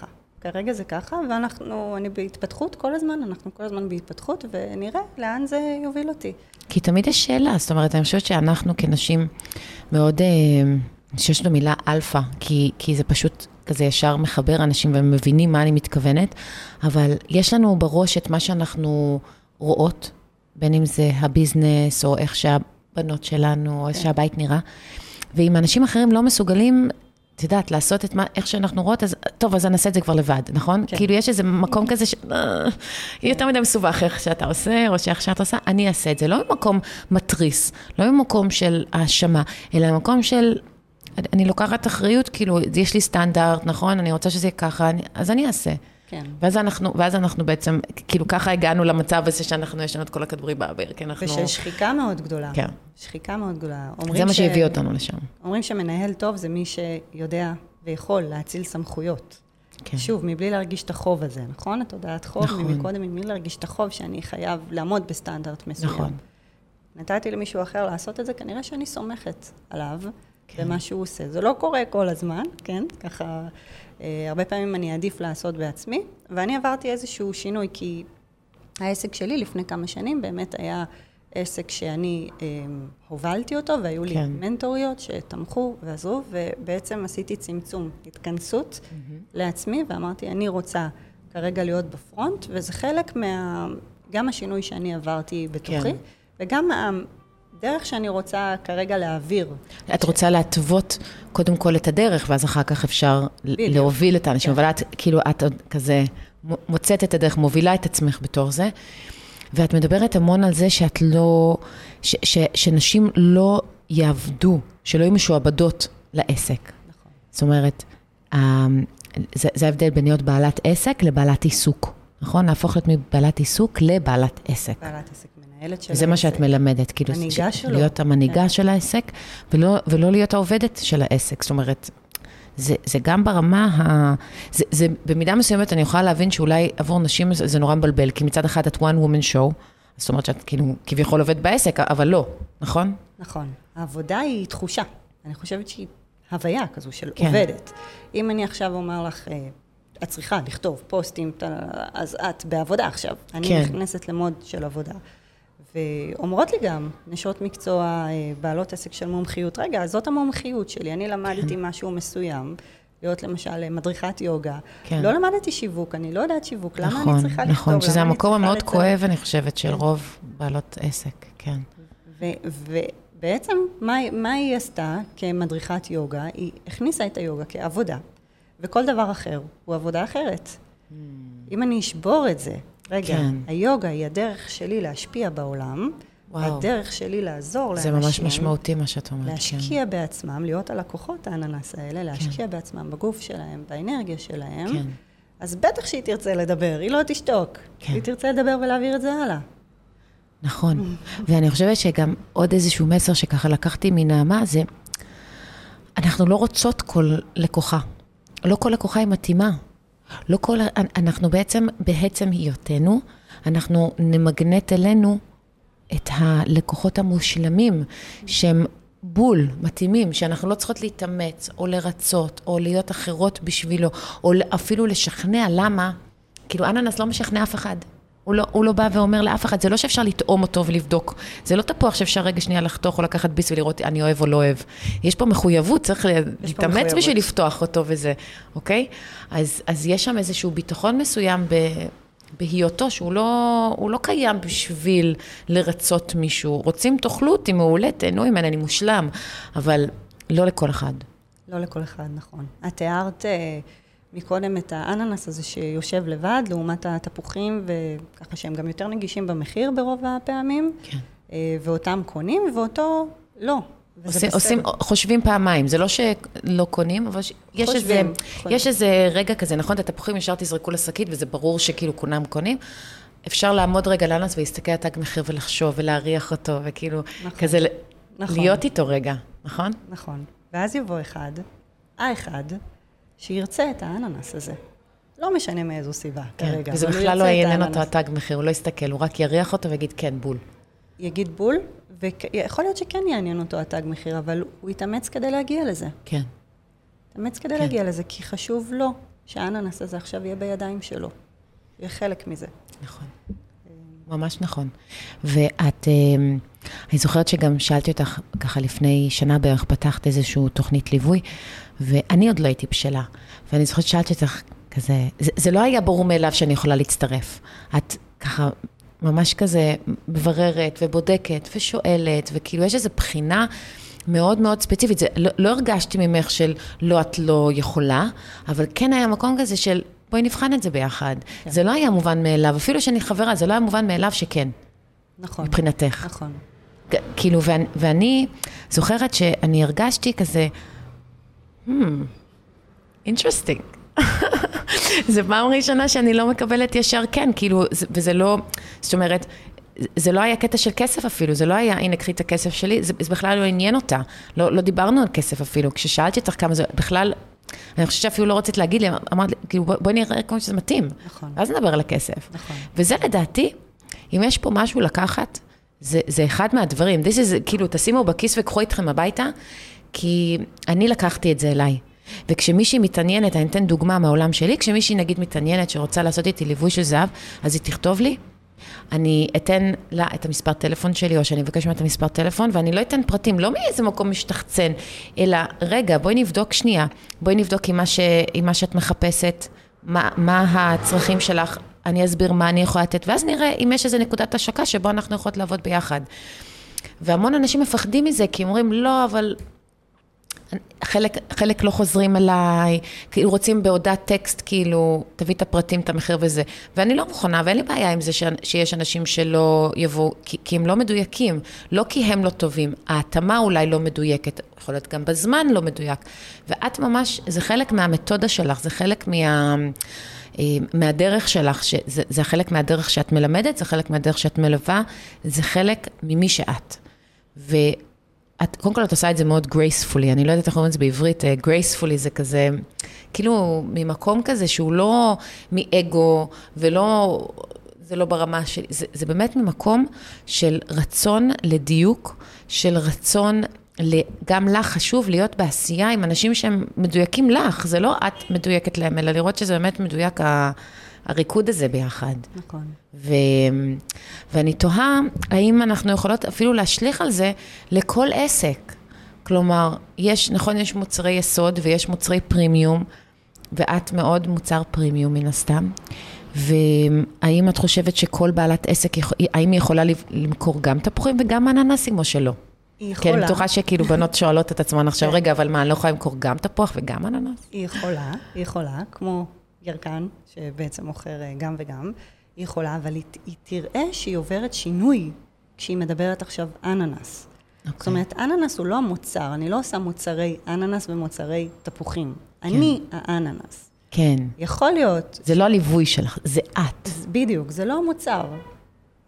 זה ככה, ואני בהתפתחות כל הזמן, אנחנו כל הזמן בהתפתחות, ונראה לאן זה יוביל אותי. כי תמיד יש שאלה, זאת אומרת, אני חושבת שאנחנו כנשים מאוד, שיש לו מילה אלפא, כי זה פשוט כזה ישר מחבר אנשים והם מבינים מה אני מתכוונת, אבל יש לנו בראש את מה שאנחנו רואות, בין אם זה הביזנס, או איך שהבנות שלנו, או איך שהבית נראה, ואם אנשים אחרים לא מסוגלים, את יודעת, לעשות את איך שאנחנו רואות, אז טוב, אז אני אעשה את זה כבר לבד, נכון? כאילו יש איזה מקום כזה יותר מדי מסובך איך שאתה עושה, או שאיך שאתה עושה, אני אעשה את זה. לא במקום מטריס, לא במקום של האשמה, אלא במקום של, אני לוקחת אחריות, כאילו, יש לי סטנדרט, נכון? אני רוצה שזה יהיה ככה, אז אני אעשה. כן. ואז אנחנו בעצם, כאילו ככה הגענו למצב הזה שאנחנו יש לנו את כל הכדורים באוויר, כי אנחנו... ושל שחיקה מאוד גדולה. כן. שחיקה מאוד גדולה. זה מה שהביא אותנו לשם. אומרים שמנהל טוב זה מי שיודע ויכול להציל סמכויות. כן. שוב, מבלי להרגיש את החוב הזה, נכון? את הודעת חוב, נכון. ממקודם, מבלי להרגיש את החוב שאני חייב לעמוד בסטנדרט מסוים. נכון. נתתי למישהו אחר לעשות את זה, כנראה שאני סומכת עליו, במה שהוא עושה. זה לא קורה כל הזמן, כן? ככה, הרבה פעמים אני אעדיף לעשות בעצמי, ואני עברתי איזשהו שינוי, כי העסק שלי לפני כמה שנים באמת היה עסק שאני הובלתי אותו, והיו לי מנטוריות שתמכו ועזרו, ובעצם עשיתי צמצום, התכנסות לעצמי, ואמרתי, אני רוצה כרגע להיות בפרונט, וזה חלק גם השינוי שאני עברתי בתוכי, וגם דרך שאני רוצה כרגע להעביר. את רוצה להתוות קודם כל את הדרך, ואז אחר כך אפשר להוביל את האנשים, אבל את כאילו, את כזה מוצאת את הדרך, מובילה את עצמך בתור זה, ואת מדברת המון על זה שאת לא, שנשים לא יעבדו, שלא יהיו משועבדות לעסק. נכון. זאת אומרת, זה ההבדל בין להיות בעלת עסק לבעלת עיסוק, נכון? להפוך להיות מבעלת עיסוק לבעלת עסק. בעלת עסק. זה מה שאת מלמדת, כאילו, להיות המנהיגה של העסק, ולא להיות העובדת של העסק. זאת אומרת, זה גם ברמה, זה במידה מסוימת אני יכולה להבין שאולי עבור נשים זה נורא מבלבל, כי מצד אחד את one woman show, זאת אומרת שאת כאילו כביכול עובד בעסק, אבל לא, נכון? נכון. העבודה היא תחושה. אני חושבת שהיא הוויה כזו של עובדת. אם אני עכשיו אומר לך, את צריכה לכתוב פוסטים, אז את בעבודה עכשיו. אני נכנסת למוד של עבודה. ואומרות לי גם, נשות מקצוע, בעלות עסק של מומחיות, רגע, זאת המומחיות שלי, אני למדתי משהו מסוים, להיות למשל מדריכת יוגה, לא למדתי שיווק, אני לא יודעת שיווק, למה אני צריכה לכתוב? נכון, שזה המקום המאוד כואב, אני חושבת, של רוב בעלות עסק, כן. ובעצם, מה היא עשתה כמדריכת יוגה? היא הכניסה את היוגה כעבודה, וכל דבר אחר הוא עבודה אחרת. אם אני אשבור את זה, רגע, היוגה היא הדרך שלי להשפיע בעולם, הדרך שלי לעזור לאנשים. זה ממש משמעותי מה שאת אומרת. להשקיע בעצמם, להיות הלקוחות האננס האלה, להשקיע בעצמם בגוף שלהם, באנרגיה שלהם. אז בטח שהיא תרצה לדבר, היא לא תשתוק. היא תרצה לדבר ולהעביר את זה הלאה. נכון. ואני חושבת שגם עוד איזשהו מסר שככה לקחתי מנעמה, זה, אנחנו לא רוצות כל לקוחה. לא כל לקוחה היא מתאימה. לא כל, אנחנו בעצם היותנו, אנחנו נמגנט אלינו את הלקוחות המושלמים, שהם בול, מתאימים, שאנחנו לא צריכות להתאמץ, או לרצות, או להיות אחרות בשבילו, או אפילו לשכנע למה, כאילו אננס לא משכנע אף אחד. הוא לא בא ואומר לאף אחד, זה לא שאפשר לטעום אותו ולבדוק. זה לא תפוח שאפשר רגע שנייה לחתוך או לקחת ביס ולראות אני אוהב או לא אוהב. יש פה מחויבות, צריך להתאמץ בשביל לפתוח אותו וזה, אוקיי? אז יש שם איזשהו ביטחון מסוים בהיותו, שהוא לא קיים בשביל לרצות מישהו. רוצים תאכלו אותי מעולה, תהנו ממני, אני מושלם, אבל לא לכל אחד. לא לכל אחד, נכון. את תיארת מקודם את האננס הזה שיושב לבד, לעומת התפוחים, וככה שהם גם יותר נגישים במחיר ברוב הפעמים, כן. ואותם קונים, ואותו לא. חושבים פעמיים, זה לא שלא קונים, אבל יש איזה רגע כזה, נכון? את התפוחים ישר תזרקו לשקית, וזה ברור שכאילו כולם קונים. אפשר לעמוד רגע לאננס ולהסתכל על תג מחיר ולחשוב ולהריח אותו, וכאילו כזה להיות איתו רגע, נכון? נכון. ואז יבוא האחד, שירצה את האננס הזה. לא משנה מאיזו סיבה כרגע. וזה בכלל לא יעניין אותו התג מחיר, הוא לא יסתכל, הוא רק יריח אותו ויגיד כן, בול. יגיד בול, ויכול להיות שכן יעניין אותו התג מחיר, אבל הוא יתאמץ כדי להגיע לזה. כן. יתאמץ כדי להגיע לזה, כי חשוב לו שהאננס הזה עכשיו יהיה בידיים שלו. יהיה חלק מזה. נכון. ממש נכון. ואת, אני זוכרת שגם שאלתי אותך ככה לפני שנה בערך, פתחת איזשהו תוכנית ליווי, ואני עוד לא הייתי בשלה. ואני זוכרת שאלתי אותך כזה, זה לא היה ברור מאליו שאני יכולה להצטרף. את ככה ממש כזה מבררת ובודקת ושואלת, וכאילו יש איזו בחינה מאוד מאוד ספציפית. זה, לא הרגשתי ממך של לא, את לא יכולה, אבל כן היה מקום כזה של בואי נבחן את זה ביחד. כן. זה לא היה מובן מאליו, אפילו שאני חברה, זה לא היה מובן מאליו שכן. נכון. מבחינתך. נכון. כאילו, ואני זוכרת שאני הרגשתי כזה, interesting. זה פעם ראשונה שאני לא מקבלת ישר כן, כאילו, וזה לא, זאת אומרת, זה לא היה קטע של כסף אפילו, זה לא היה, הנה, קחי את הכסף שלי, זה בכלל לא עניין אותה. לא דיברנו על כסף אפילו, כששאלתי אותך כמה זה, בכלל, אני חושבת שאפילו לא רצית להגיד לי, אמרת לי, כאילו, בואי נראה כמו שזה מתאים. נכון. ואז נדבר על הכסף. נכון. וזה לדעתי, אם יש פה משהו לקחת, זה אחד מהדברים. כאילו, תשימו בכיס וקחו איתכם הביתה, כי אני לקחתי את זה אליי. וכשמישהי מתעניינת, אני אתן דוגמה מהעולם שלי, כשמישהי נגיד מתעניינת שרוצה לעשות איתי ליווי של זהב, אז היא תכתוב לי, אני אתן לה את המספר טלפון שלי, או שאני אבקש ממנה את המספר טלפון, ואני לא אתן פרטים, לא מאיזה מקום משתחצן, אלא רגע, בואי נבדוק שנייה, בואי נבדוק עם מה שאת מחפשת, מה הצרכים שלך, אני אסביר מה אני יכולה לתת, ואז נראה אם יש איזו נקודת השקה שבו אנחנו יכולות לעבוד ביחד. והמון אנשים מפחדים מזה, כי אומרים, לא, אבל חלק לא חוזרים אליי, כאילו רוצים בהודעת טקסט, כאילו, תביא את הפרטים, את המחיר וזה. ואני לא מוכנה, ואין לי בעיה עם זה שיש אנשים שלא יבואו, כי הם לא מדויקים, לא כי הם לא טובים. ההתאמה אולי לא מדויקת, יכול להיות גם בזמן לא מדויק. ואת ממש, זה חלק מהמתודה שלך, זה חלק מהדרך שלך, זה חלק מהדרך שאת מלמדת, זה חלק מהדרך שאת מלווה, זה חלק ממי שאת. קודם כל את עושה את זה מאוד gracefully, אני לא יודעת איך אומרים את זה בעברית, gracefully זה כזה, כאילו ממקום כזה שהוא לא מאגו, ולא, זה לא ברמה שלי, זה באמת ממקום של רצון לדיוק, של רצון, גם לך חשוב להיות בעשייה עם אנשים שהם מדויקים לך, זה לא את מדויקת להם, אלא לראות שזה באמת מדויק הריקוד הזה ביחד. נכון. ואני תוהה, האם אנחנו יכולות אפילו להשליך על זה לכל עסק. כלומר, נכון, יש מוצרי יסוד ויש מוצרי פרימיום, ואת מאוד מוצר פרימיום מן הסתם. והאם את חושבת שכל בעלת עסק, האם היא יכולה למכור גם תפוחים וגם אננסים או שלא? היא יכולה. כן, אני בטוחה שכאילו בנות שואלות את עצמן עכשיו, רגע, אבל מה, אני לא יכולה למכור גם תפוח וגם אננס? היא יכולה, כמו ירקן, שבעצם מוכר גם וגם, היא יכולה, אבל היא תראה שהיא עוברת שינוי, כשהיא מדברת עכשיו אננס. זאת אומרת, אננס הוא לא המוצר, אני לא עושה מוצרי אננס ומוצרי תפוחים. אני האננס. כן. יכול להיות. זה לא הליווי שלך, זה את. בדיוק, זה לא המוצר.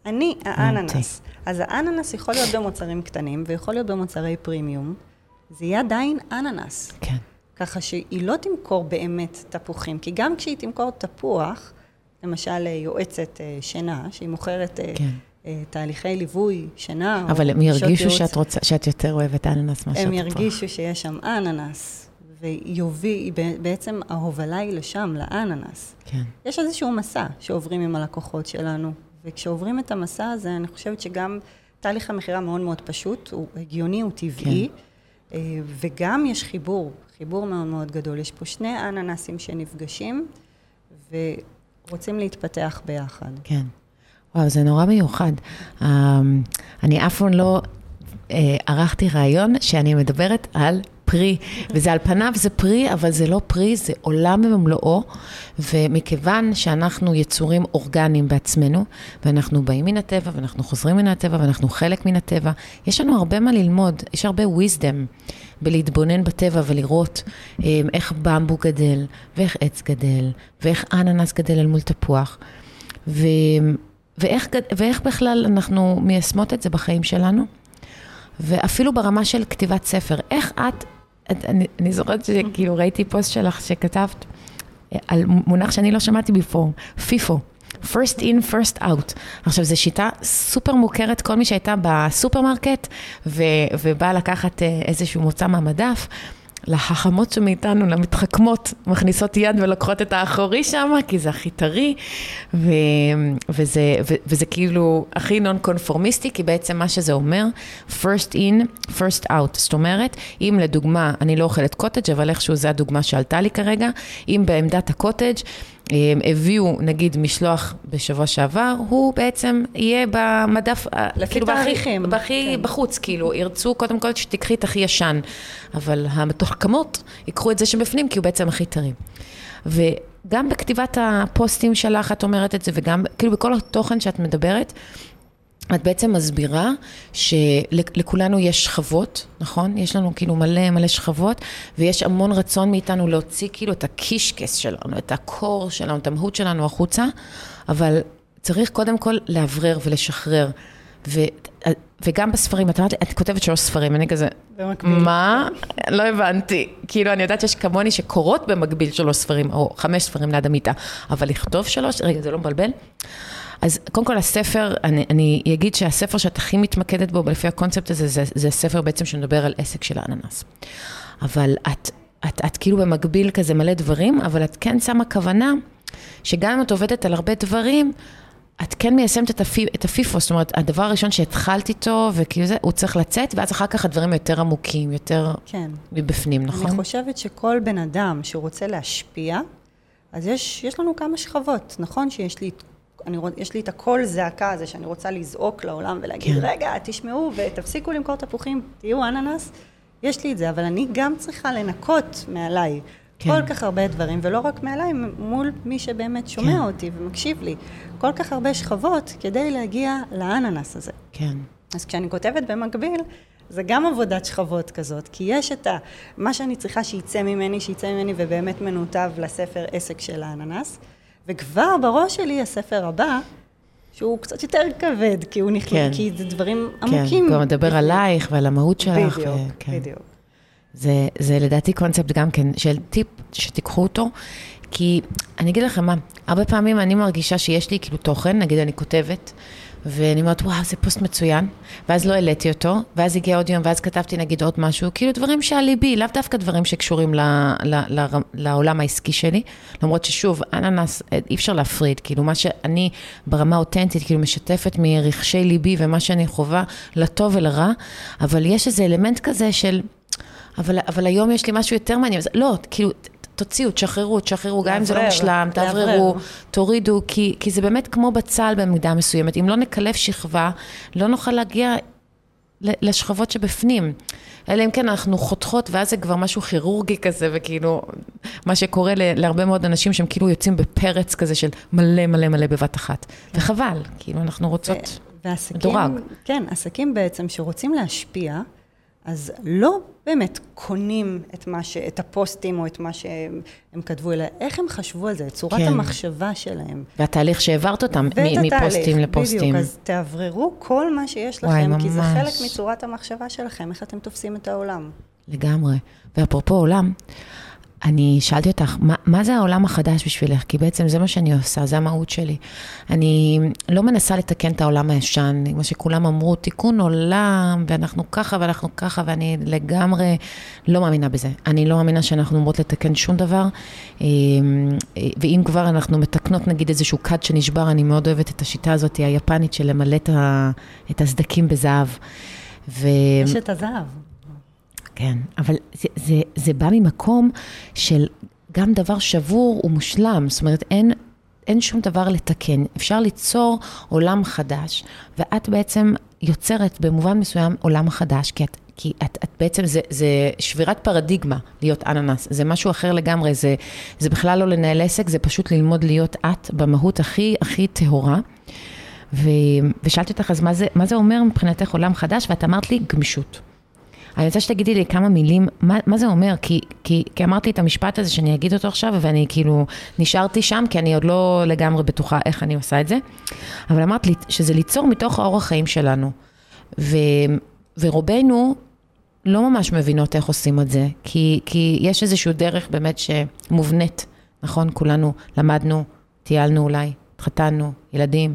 אני האננס. אז האננס יכול להיות במוצרים קטנים, ויכול להיות במוצרי פרימיום. זה יהיה עדיין אננס. כן. ככה שהיא לא תמכור באמת תפוחים, כי גם כשהיא תמכור תפוח, למשל יועצת שינה, שהיא מוכרת תהליכי ליווי שינה, אבל הם ירגישו שאת יותר אוהבת אננס מאשר תפוח. הם ירגישו שיש שם אננס, ויוביל, בעצם ההובלה היא לשם, לאננס. כן. יש איזשהו מסע שעוברים עם הלקוחות שלנו, וכשעוברים את המסע הזה, אני חושבת שגם תהליך המחירה מאוד מאוד פשוט, הוא הגיוני, הוא טבעי, וגם יש חיבור מאוד מאוד גדול. יש פה שני אננסים שנפגשים, ורוצים להתפתח ביחד. כן. וואו, זה נורא מיוחד. אני אף פעם לא ערכתי רעיון שאני מדברת על פרי, וזה על פניו זה פרי, אבל זה לא פרי, זה עולם במלואו, ומכיוון שאנחנו יצורים אורגניים בעצמנו, ואנחנו באים מן הטבע, ואנחנו חוזרים מן הטבע, ואנחנו חלק מן הטבע, יש לנו הרבה מה ללמוד, יש הרבה wisdom בלהתבונן בטבע ולראות איך במבו גדל, ואיך עץ גדל, ואיך אננס גדל אל מול תפוח, ואיך בכלל אנחנו מיישמות את זה בחיים שלנו, ואפילו ברמה של כתיבת ספר. איך אני זוכרת שכאילו ראיתי פוסט שלך שכתבת על מונח שאני לא שמעתי before, FIFO, first in, first out. עכשיו, זו שיטה סופר מוכרת, כל מי שהייתה בסופרמרקט, ובאה לקחת איזשהו מוצא מהמדף, לחכמות שמאיתנו, למתחכמות, מכניסות יד ולוקחות את האחורי שם, כי זה הכי טרי, וזה כאילו הכי נון-קונפורמיסטי, כי בעצם מה שזה אומר, first in, first out. זאת אומרת, אם לדוגמה, אני לא אוכלת קוטג', אבל איכשהו זה הדוגמה שעלתה לי כרגע, אם בעמדת הקוטג' הביאו, נגיד, משלוח בשבוע שעבר, הוא בעצם יהיה במדף, לפי תאריכים. בכי בחוץ, כאילו, ירצו קודם כל שתקחי את הכי ישן, אבל המתוחכמות ייקחו את זה שבפנים, כי הוא בעצם הכי טרי. וגם בכתיבת הפוסטים שלך, את אומרת את זה, וגם, כאילו, בכל התוכן שאת מדברת, את בעצם מסבירה שלכולנו יש שכבות, נכון? יש לנו כאילו מלא שכבות, ויש המון רצון מאיתנו להוציא כאילו את הקישקס שלנו, את הקור שלנו, את המהות שלנו החוצה, אבל צריך קודם כל להברר ולשחרר. וגם בספרים, את כותבת 3 ספרים, אני כזה, מה? לא הבנתי. כאילו, אני יודעת שיש כמוני שקורות במקביל 3 ספרים, או 5 ספרים ליד המיטה, אבל לכתוב 3, רגע, זה לא מבלבל? אז קודם כל הספר, אני אגיד שהספר שאת הכי מתמקדת בו, לפי הקונספט הזה, זה ספר בעצם שמדבר על עסק של האננס. אבל את כאילו במקביל כזה מלא דברים, אבל את כן שמה כוונה, שגם אם את עובדת על הרבה דברים, את כן מיישמת את הפיפו, זאת אומרת, הדבר הראשון שהתחלת איתו, וכאילו זה, הוא צריך לצאת, ואז אחר כך הדברים יותר עמוקים, יותר מבפנים, נכון? אני חושבת שכל בן אדם שרוצה להשפיע, אז יש לנו כמה שכבות, נכון? יש לי את הקול זעקה הזה, שאני רוצה לזעוק לעולם ולהגיד, רגע, תשמעו ותפסיקו למכור תפוחים, תהיו אננס, יש לי את זה, אבל אני גם צריכה לנקות מעליי כל כך הרבה דברים, ולא רק מעליי, מול מי שבאמת שומע אותי ומקשיב לי. כל כך הרבה שכבות כדי להגיע לאננס הזה. כן. אז כשאני כותבת במקביל, זה גם עבודת שכבות כזאת, כי יש את מה שאני צריכה שיצא ממני, ובאמת מנותב לספר עסק של האננס, וכבר בראש שלי הספר הבא, שהוא קצת יותר כבד, כי הוא נכנס, כי זה דברים עמוקים. כן, כבר מדבר עלייך ועל המהות שלך. בדיוק. זה לדעתי קונספט גם כן, של טיפ שתיקחו אותו, כי אני אגיד לכם מה, הרבה פעמים אני מרגישה שיש לי כאילו תוכן, נגיד אני כותבת, ואני אומרת, וואו, זה פוסט מצוין, ואז לא העליתי אותו, ואז הגיע עוד יום, ואז כתבתי נגיד עוד משהו, כאילו דברים שעלי בי, לאו דווקא דברים שקשורים לעולם העסקי שלי, למרות ששוב, אננס, אי אפשר להפריד, כאילו מה שאני ברמה אותנטית, כאילו משתפת מרכשי ליבי, ומה שאני חובה לטוב ולרע, אבל יש איזה אלמנט כזה של, אבל היום יש לי משהו יותר מעניין, לא, כאילו, תוציאו, תשחררו, גם אם זה לא מושלם, תעבררו, תורידו, כי זה באמת כמו בצל במידה מסוימת. אם לא נקלף שכבה, לא נוכל להגיע לשכבות שבפנים. אלא אם כן אנחנו חותכות, ואז זה כבר משהו כירורגי כזה, וכאילו, מה שקורה להרבה מאוד אנשים שהם כאילו יוצאים בפרץ כזה של מלא בבת אחת. וחבל, כאילו אנחנו רוצות מדורג. כן, עסקים בעצם שרוצים להשפיע, אז לא באמת קונים את הפוסטים או את מה שהם כתבו, אלא איך הם חשבו על זה, את צורת המחשבה שלהם. והתהליך שהעברת אותם מפוסטים לפוסטים. בדיוק, אז תעבררו כל מה שיש לכם, כי זה חלק מצורת המחשבה שלכם, איך אתם תופסים את העולם. לגמרי. ואפרופו עולם, אני שאלתי אותך, מה זה העולם החדש בשבילך? כי בעצם זה מה שאני עושה, זה המהות שלי. אני לא מנסה לתקן את העולם הישן, מה שכולם אמרו, תיקון עולם, ואנחנו ככה, ואני לגמרי לא מאמינה בזה. אני לא מאמינה שאנחנו אומרות לתקן שום דבר, ואם כבר אנחנו מתקנות, נגיד איזשהו קד שנשבר, אני מאוד אוהבת את השיטה הזאת, היפנית של למלא את הסדקים בזהב. יש את הזהב. כן, אבל זה בא ממקום של גם דבר שבור ומושלם, זאת אומרת, אין שום דבר לתקן, אפשר ליצור עולם חדש, ואת בעצם יוצרת במובן מסוים עולם חדש, כי את בעצם, זה שבירת פרדיגמה להיות אננס, זה משהו אחר לגמרי, זה בכלל לא לנהל עסק, זה פשוט ללמוד להיות את במהות הכי טהורה, ושאלתי אותך, אז מה זה אומר מבחינתך עולם חדש, ואת אמרת לי גמישות. אני רוצה שתגידי לי כמה מילים, מה זה אומר? כי אמרת לי את המשפט הזה שאני אגיד אותו עכשיו, ואני כאילו נשארתי שם, כי אני עוד לא לגמרי בטוחה איך אני עושה את זה. אבל אמרת לי שזה ליצור מתוך האורח חיים שלנו. ורובנו לא ממש מבינות איך עושים את זה, כי יש איזשהו דרך באמת שמובנית, נכון? כולנו למדנו, טיילנו אולי, התחתנו, ילדים,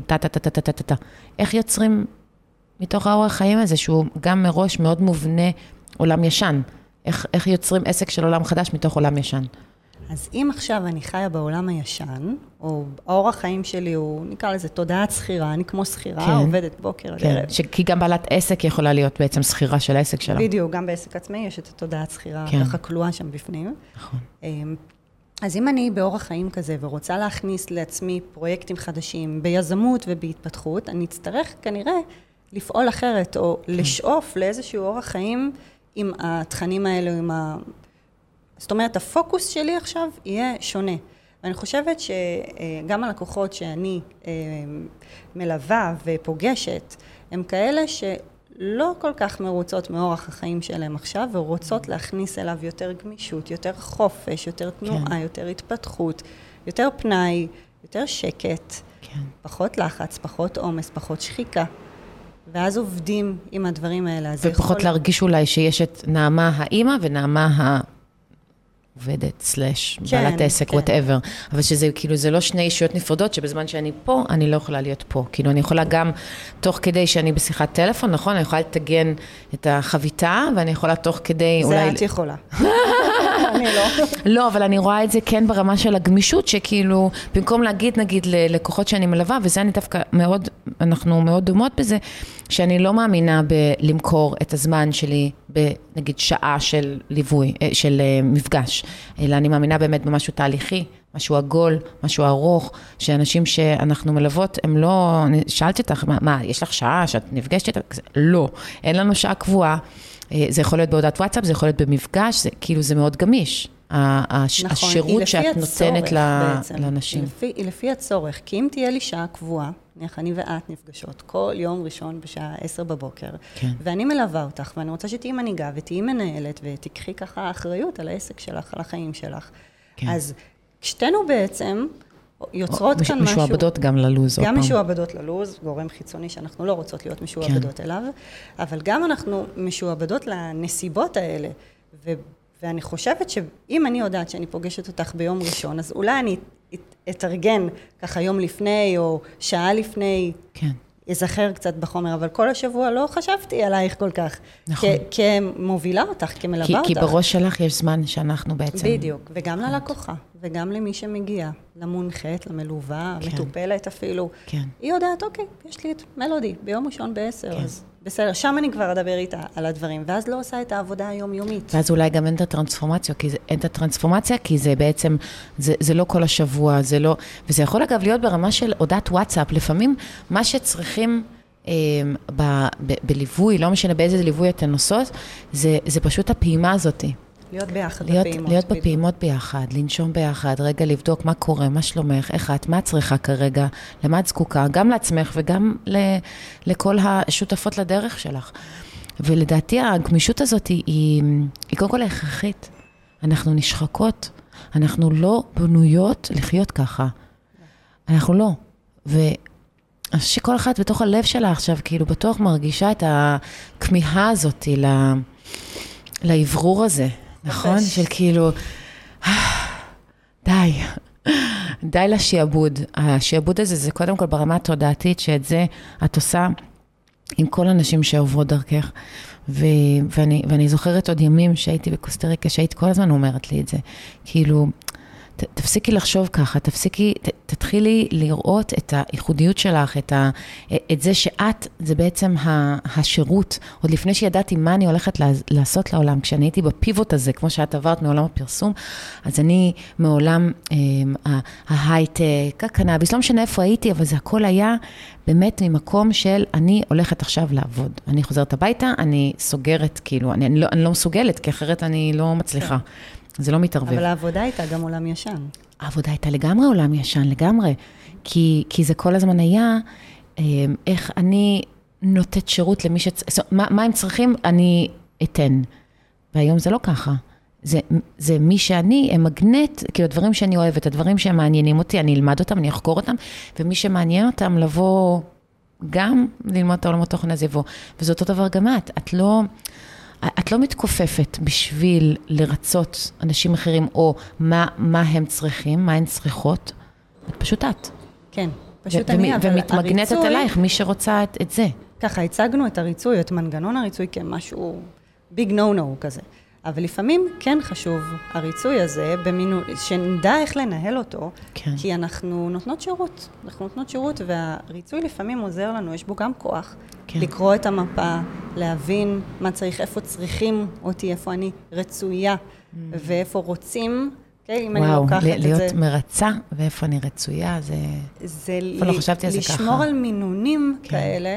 איך יוצרים מתוך האורח חיים הזה, שהוא גם מראש מאוד מובנה עולם ישן. איך יוצרים עסק של עולם חדש מתוך עולם ישן? אז אם עכשיו אני חיה בעולם הישן, או האורח חיים שלי הוא, נקרא לזה תודעת שכירה, אני כמו שכירה, כן. עובדת בוקר עד ערב. כי גם בעלת עסק יכולה להיות בעצם שכירה של העסק שלה. בדיוק, גם בעסק עצמי יש את התודעת שכירה, ככה כלואה שם בפנים. נכון. אז אם אני באורח חיים כזה ורוצה להכניס לעצמי פרויקטים חדשים, ביזמות ובהתפתחות, אני אצטרך כנראה לפעול אחרת, או לשאוף לאיזשהו אורח חיים עם התכנים האלו, זאת אומרת, הפוקוס שלי עכשיו יהיה שונה. ואני חושבת שגם הלקוחות שאני מלווה ופוגשת, הם כאלה שלא כל כך מרוצות מאורח החיים שלהם עכשיו, ורוצות להכניס אליו יותר גמישות, יותר חופש, יותר תנועה, יותר התפתחות, יותר פנאי, יותר שקט, פחות לחץ, פחות עומס, פחות שחיקה. ואז עובדים עם הדברים האלה. ופחות להרגיש אולי שיש את נעמה האמא ונעמה העובדת, סלש, בעלת עסק, whatever. אבל שזה כאילו, זה לא שני אישיות נפרדות, שבזמן שאני פה, אני לא יכולה להיות פה. כאילו, אני יכולה גם, תוך כדי שאני בשיחת טלפון, נכון? אני יכולה לתגן את החביתה, ואני יכולה תוך כדי אולי... זה את יכולה. אני לא. לא, אבל אני רואה את זה כן ברמה של הגמישות, שכאילו, במקום להגיד, נגיד, ללקוחות שאני מלווה, וזה אני דווקא מאוד, אנחנו מאוד דומות בזה, שאני לא מאמינה בלמכור את הזמן שלי, בנגיד שעה של ליווי, של מפגש, אלא אני מאמינה באמת במשהו תהליכי, משהו עגול, משהו ארוך, שאנשים שאנחנו מלוות, הם לא, שאלתי אותך, מה, יש לך שעה שאת נפגשת? לא, אין לנו שעה קבועה, זה יכול להיות בהודעת וואטסאפ, זה יכול להיות במפגש, כאילו זה מאוד גמיש, השירות שאת נותנת לאנשים. היא לפי הצורך, כי אם תהיה לי שעה קבועה, אני ואת נפגשות כל יום ראשון בשעה 10 בבוקר, ואני מלווה אותך, ואני רוצה שתהיי מנהיגה ותהיי מנהלת, ותקחי ככה אחריות על העסק שלך, על החיים שלך. אז שתינו בעצם יוצרות כאן משהו... משועבדות גם ללוז. גם משועבדות ללוז, גורם חיצוני שאנחנו לא רוצות להיות משועבדות אליו, אבל גם אנחנו משועבדות לנסיבות האלה, ואני חושבת שאם אני יודעת שאני פוגשת אותך ביום ראשון, אז אולי אני אתארגן ככה יום לפני או שעה לפני, אזכר קצת בחומר, אבל כל השבוע לא חשבתי עלייך כל כך. נכון. כמובילה אותך, כמלווה אותך. כי בראש שלך יש זמן שאנחנו בעצם... בדיוק, וגם ללקוחה, וגם למי שמגיע, למונחת, למלווה, המטופלת אפילו. כן. היא יודעת, אוקיי, יש לי את מלודי, ביום ראשון ב-10, אז בסדר, שם אני כבר אדבר איתה על הדברים, ואז לא עושה את העבודה היומיומית. ואז אולי גם אין את הטרנספורמציה, כי זה בעצם, זה לא כל השבוע, זה לא, וזה יכול אגב להיות ברמה של הודעת וואטסאפ, לפעמים מה שצריכים בליווי, לא משנה באיזה ליווי אתן נוסעות, זה פשוט הפעימה הזאת. להיות ביחד בפעימות. להיות בפעימות ביחד, לנשום ביחד, רגע לבדוק מה קורה, מה שלומך, איך את, מה את צריכה כרגע, למה את זקוקה, גם לעצמך וגם לכל השותפות לדרך שלך. ולדעתי הגמישות הזאת היא קודם כל הכרחית. אנחנו נשחקות, אנחנו לא בנויות לחיות ככה. אנחנו לא. שכל אחת בתוך הלב שלה עכשיו, כאילו בטוח מרגישה את הכמיהה הזאת לעברור הזה, נכון? של כאילו, די לשיעבוד. השיעבוד הזה זה קודם כל ברמה התודעתית, שאת זה את עושה עם כל הנשים שעוברות דרכך. ואני זוכרת עוד ימים שהייתי בקוסטה ריקה, שהיית כל הזמן אומרת לי את זה. כאילו, תפסיקי לחשוב ככה, תתחילי לראות את הייחודיות שלך, את זה שאת, זה בעצם השירות, עוד לפני שידעתי מה אני הולכת לעשות לעולם, כשאני הייתי בפיבוט הזה, כמו שאת עברת מעולם הפרסום, אז אני מעולם ההייטק, הקנאביס, לא משנה איפה הייתי, אבל זה הכל היה באמת ממקום של אני הולכת עכשיו לעבוד. אני חוזרת הביתה, אני סוגרת, כאילו, אני לא מסוגלת, כי אחרת אני לא מצליחה. זה לא מתערבב. אבל העבודה הייתה גם עולם ישן. העבודה הייתה לגמרי עולם ישן, לגמרי. כי זה כל הזמן היה, איך אני נותנת שירות למי מה הם צריכים, אני אתן. והיום זה לא ככה. זה מי שאני, הם מגנט, כאילו הדברים שאני אוהבת, הדברים שמעניינים אותי, אני אלמד אותם, אני אחקור אותם, ומי שמעניין אותם לבוא, גם ללמוד את העולמות תוכן הזה יבוא. וזה אותו דבר גם את לא מתכופפת בשביל לרצות אנשים אחרים, או מה הם צריכים, מה הן צריכות, את פשוט את. כן, פשוט אני, אבל ומתמגנטת עלייך, מי שרוצה את זה. ככה, הצגנו את הריצוי, את מנגנון הריצוי כמשהו ביג נו כזה. אבל לפעמים כן חשוב הריצוי הזה, שנדע איך לנהל אותו, כן. כי אנחנו נותנות שירות, והריצוי לפעמים עוזר לנו, יש בו גם כוח, כן. לקרוא את המפה, להבין מה צריך, איפה צריכים אותי, איפה אני רצויה, ואיפה רוצים, okay, אם וואו, אני לוקחת את זה. להיות מרצה, ואיפה אני רצויה, זה לא חשבתי על זה ככה. לשמור על מינונים כן. כאלה,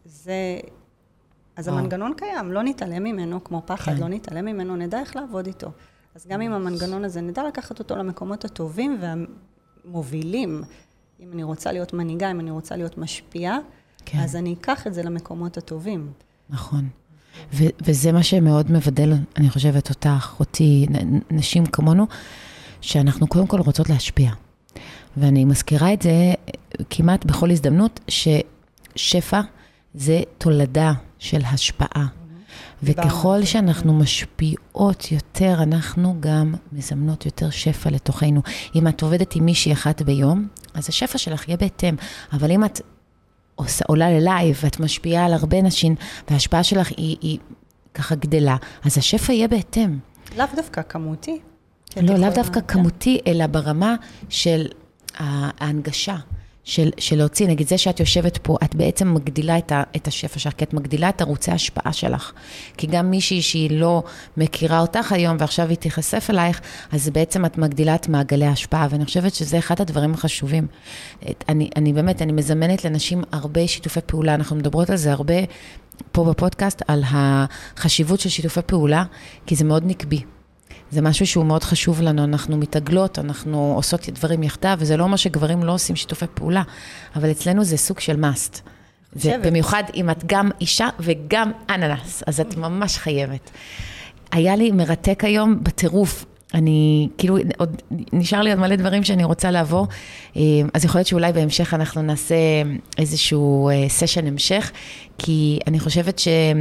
אז המנגנון קיים, לא נתעלם ממנו, כמו פחד, לא נתעלם ממנו, נדע איך לעבוד איתו. אז גם עם המנגנון הזה, נדע לקחת אותו למקומות הטובים והמובילים. אם אני רוצה להיות מנהיגה, אם אני רוצה להיות משפיעה, אז אני אקח את זה למקומות הטובים. נכון. וזה מה שמאוד מבדל, אני חושבת, אותך, אותי, נשים כמונו, שאנחנו קודם כל רוצות להשפיע. ואני מזכירה את זה כמעט בכל הזדמנות, ששפע זה תולדה של השפעה. וככל שאנחנו משפיעות יותר, אנחנו גם מזמנות יותר שפע לתוכנו. אם את עובדת עם מישהי אחת ביום, אז השפע שלך יהיה בהתאם. אבל אם את עולה ללייב, ואת משפיעה על הרבה נשים, וההשפעה שלך היא ככה גדלה, אז השפע יהיה בהתאם. לאו דווקא כמותי. לא, לאו דווקא כמותי, אלא ברמה של ההנגשה. של להוציא, נגיד זה שאת יושבת פה, את בעצם מגדילה את השפע שלך, כי את מגדילה את ערוצי ההשפעה שלך. כי גם מישהי שהיא לא מכירה אותך היום, ועכשיו היא תיחשף אלייך, אז בעצם את מגדילה את מעגלי ההשפעה, ואני חושבת שזה אחד הדברים החשובים. אני באמת, אני מזמנת לנשים הרבה שיתופי פעולה, אנחנו מדברות על זה הרבה פה בפודקאסט, על החשיבות של שיתופי פעולה, כי זה מאוד נקבי. זה משהו שהוא מאוד חשוב לנו, אנחנו מתעגלות, אנחנו עושות דברים יחדיו, וזה לא אומר שגברים לא עושים שיתופי פעולה, אבל אצלנו זה סוג של מאסט. במיוחד אם את גם אישה וגם אננס, אז את ממש חייבת. היה לי מרתק היום בטירוף, אני, כאילו, עוד נשאר לי עוד מלא דברים שאני רוצה לעבור, אז יכול להיות שאולי בהמשך אנחנו נעשה איזשהו סשן המשך, כי אני חושבת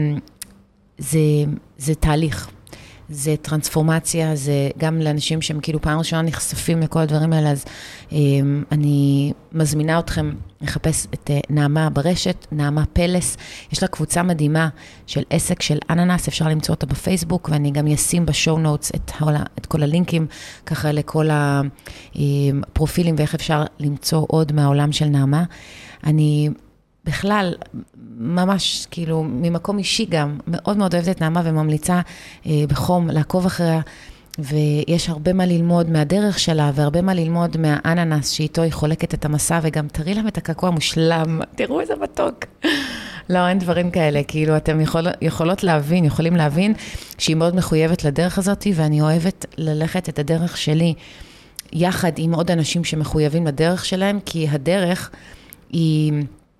שזה תהליך. זה טרנספורמציה, זה גם לאנשים שהם כאילו פעם ראשונה נחשפים לכל הדברים האלה, אז אני מזמינה אתכם לחפש את נעמה ברשת, נעמה פלס, יש לה קבוצה מדהימה של עסק של אננס, אפשר למצוא אותה בפייסבוק, ואני גם אשים בשואו נוטס את כל הלינקים, ככה לכל הפרופילים, ואיך אפשר למצוא עוד מהעולם של נעמה. אני בכלל, ממש, כאילו, ממקום אישי גם, מאוד מאוד אוהבת את נעמה וממליצה בחום לעקוב אחריה, ויש הרבה מה ללמוד מהדרך שלה, והרבה מה ללמוד מהאננס שאיתו היא חולקת את המסע, וגם תראי להם את הקעקוע המושלם, תראו איזה מתוק. לא, אין דברים כאלה, כאילו, אתם יכולים להבין שהיא מאוד מחויבת לדרך הזאת, ואני אוהבת ללכת את הדרך שלי, יחד עם עוד אנשים שמחויבים לדרך שלהם, כי הדרך היא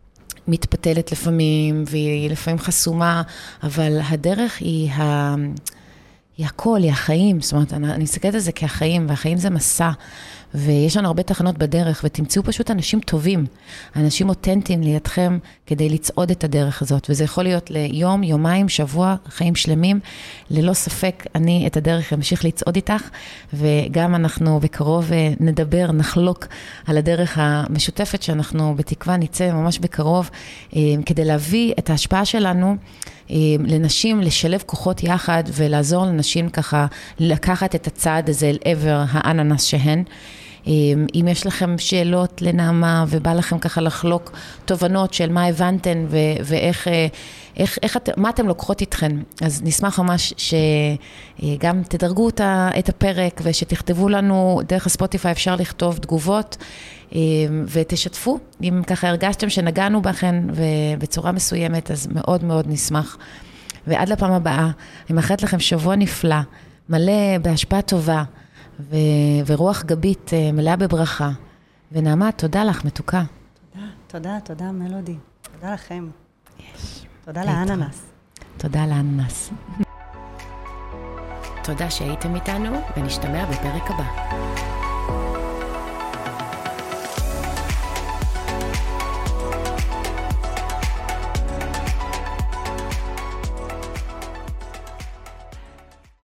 מתפתלת לפעמים, והיא לפעמים חסומה, אבל הדרך היא הכל, היא החיים. זאת אומרת, אני מסתכלת על זה כהחיים, והחיים זה מסע, ויש לנו הרבה תחנות בדרך, ותמצאו פשוט אנשים טובים, אנשים אותנטיים לידכם, כדי לצעוד את הדרך הזאת, וזה יכול להיות ליום, יומיים, שבוע, חיים שלמים, ללא ספק, אני את הדרך אמשיך לצעוד איתך, וגם אנחנו בקרוב נדבר, נחלוק על הדרך המשותפת, שאנחנו בתקווה נצא ממש בקרוב, כדי להביא את ההשפעה שלנו, לנשים לשלב כוחות יחד, ולעזור לנשים ככה, לקחת את הצעד הזה אל עבר האננס שהן. אם יש לכם שאלות לנעמה, ובא לכם ככה לחלוק תובנות של מה הבנתן, ואיך, מה אתם לוקחות איתכן, אז נשמח ממש שגם תדרגו את הפרק, ושתכתבו לנו, דרך הספוטיפיי אפשר לכתוב תגובות, ותשתפו, אם ככה הרגשתם שנגענו בכן, ובצורה מסוימת, אז מאוד מאוד נשמח. ועד לפעם הבאה, אני מאחלת לכם שבוע נפלא, מלא בהשפעה טובה, ורוח גבית מלאה בברכה. ונעמה, תודה לך, מתוקה. תודה מלודי. תודה לכם. תודה לאננס. תודה לאננס. תודה שהייתם איתנו, ונשתמע בפרק הבא.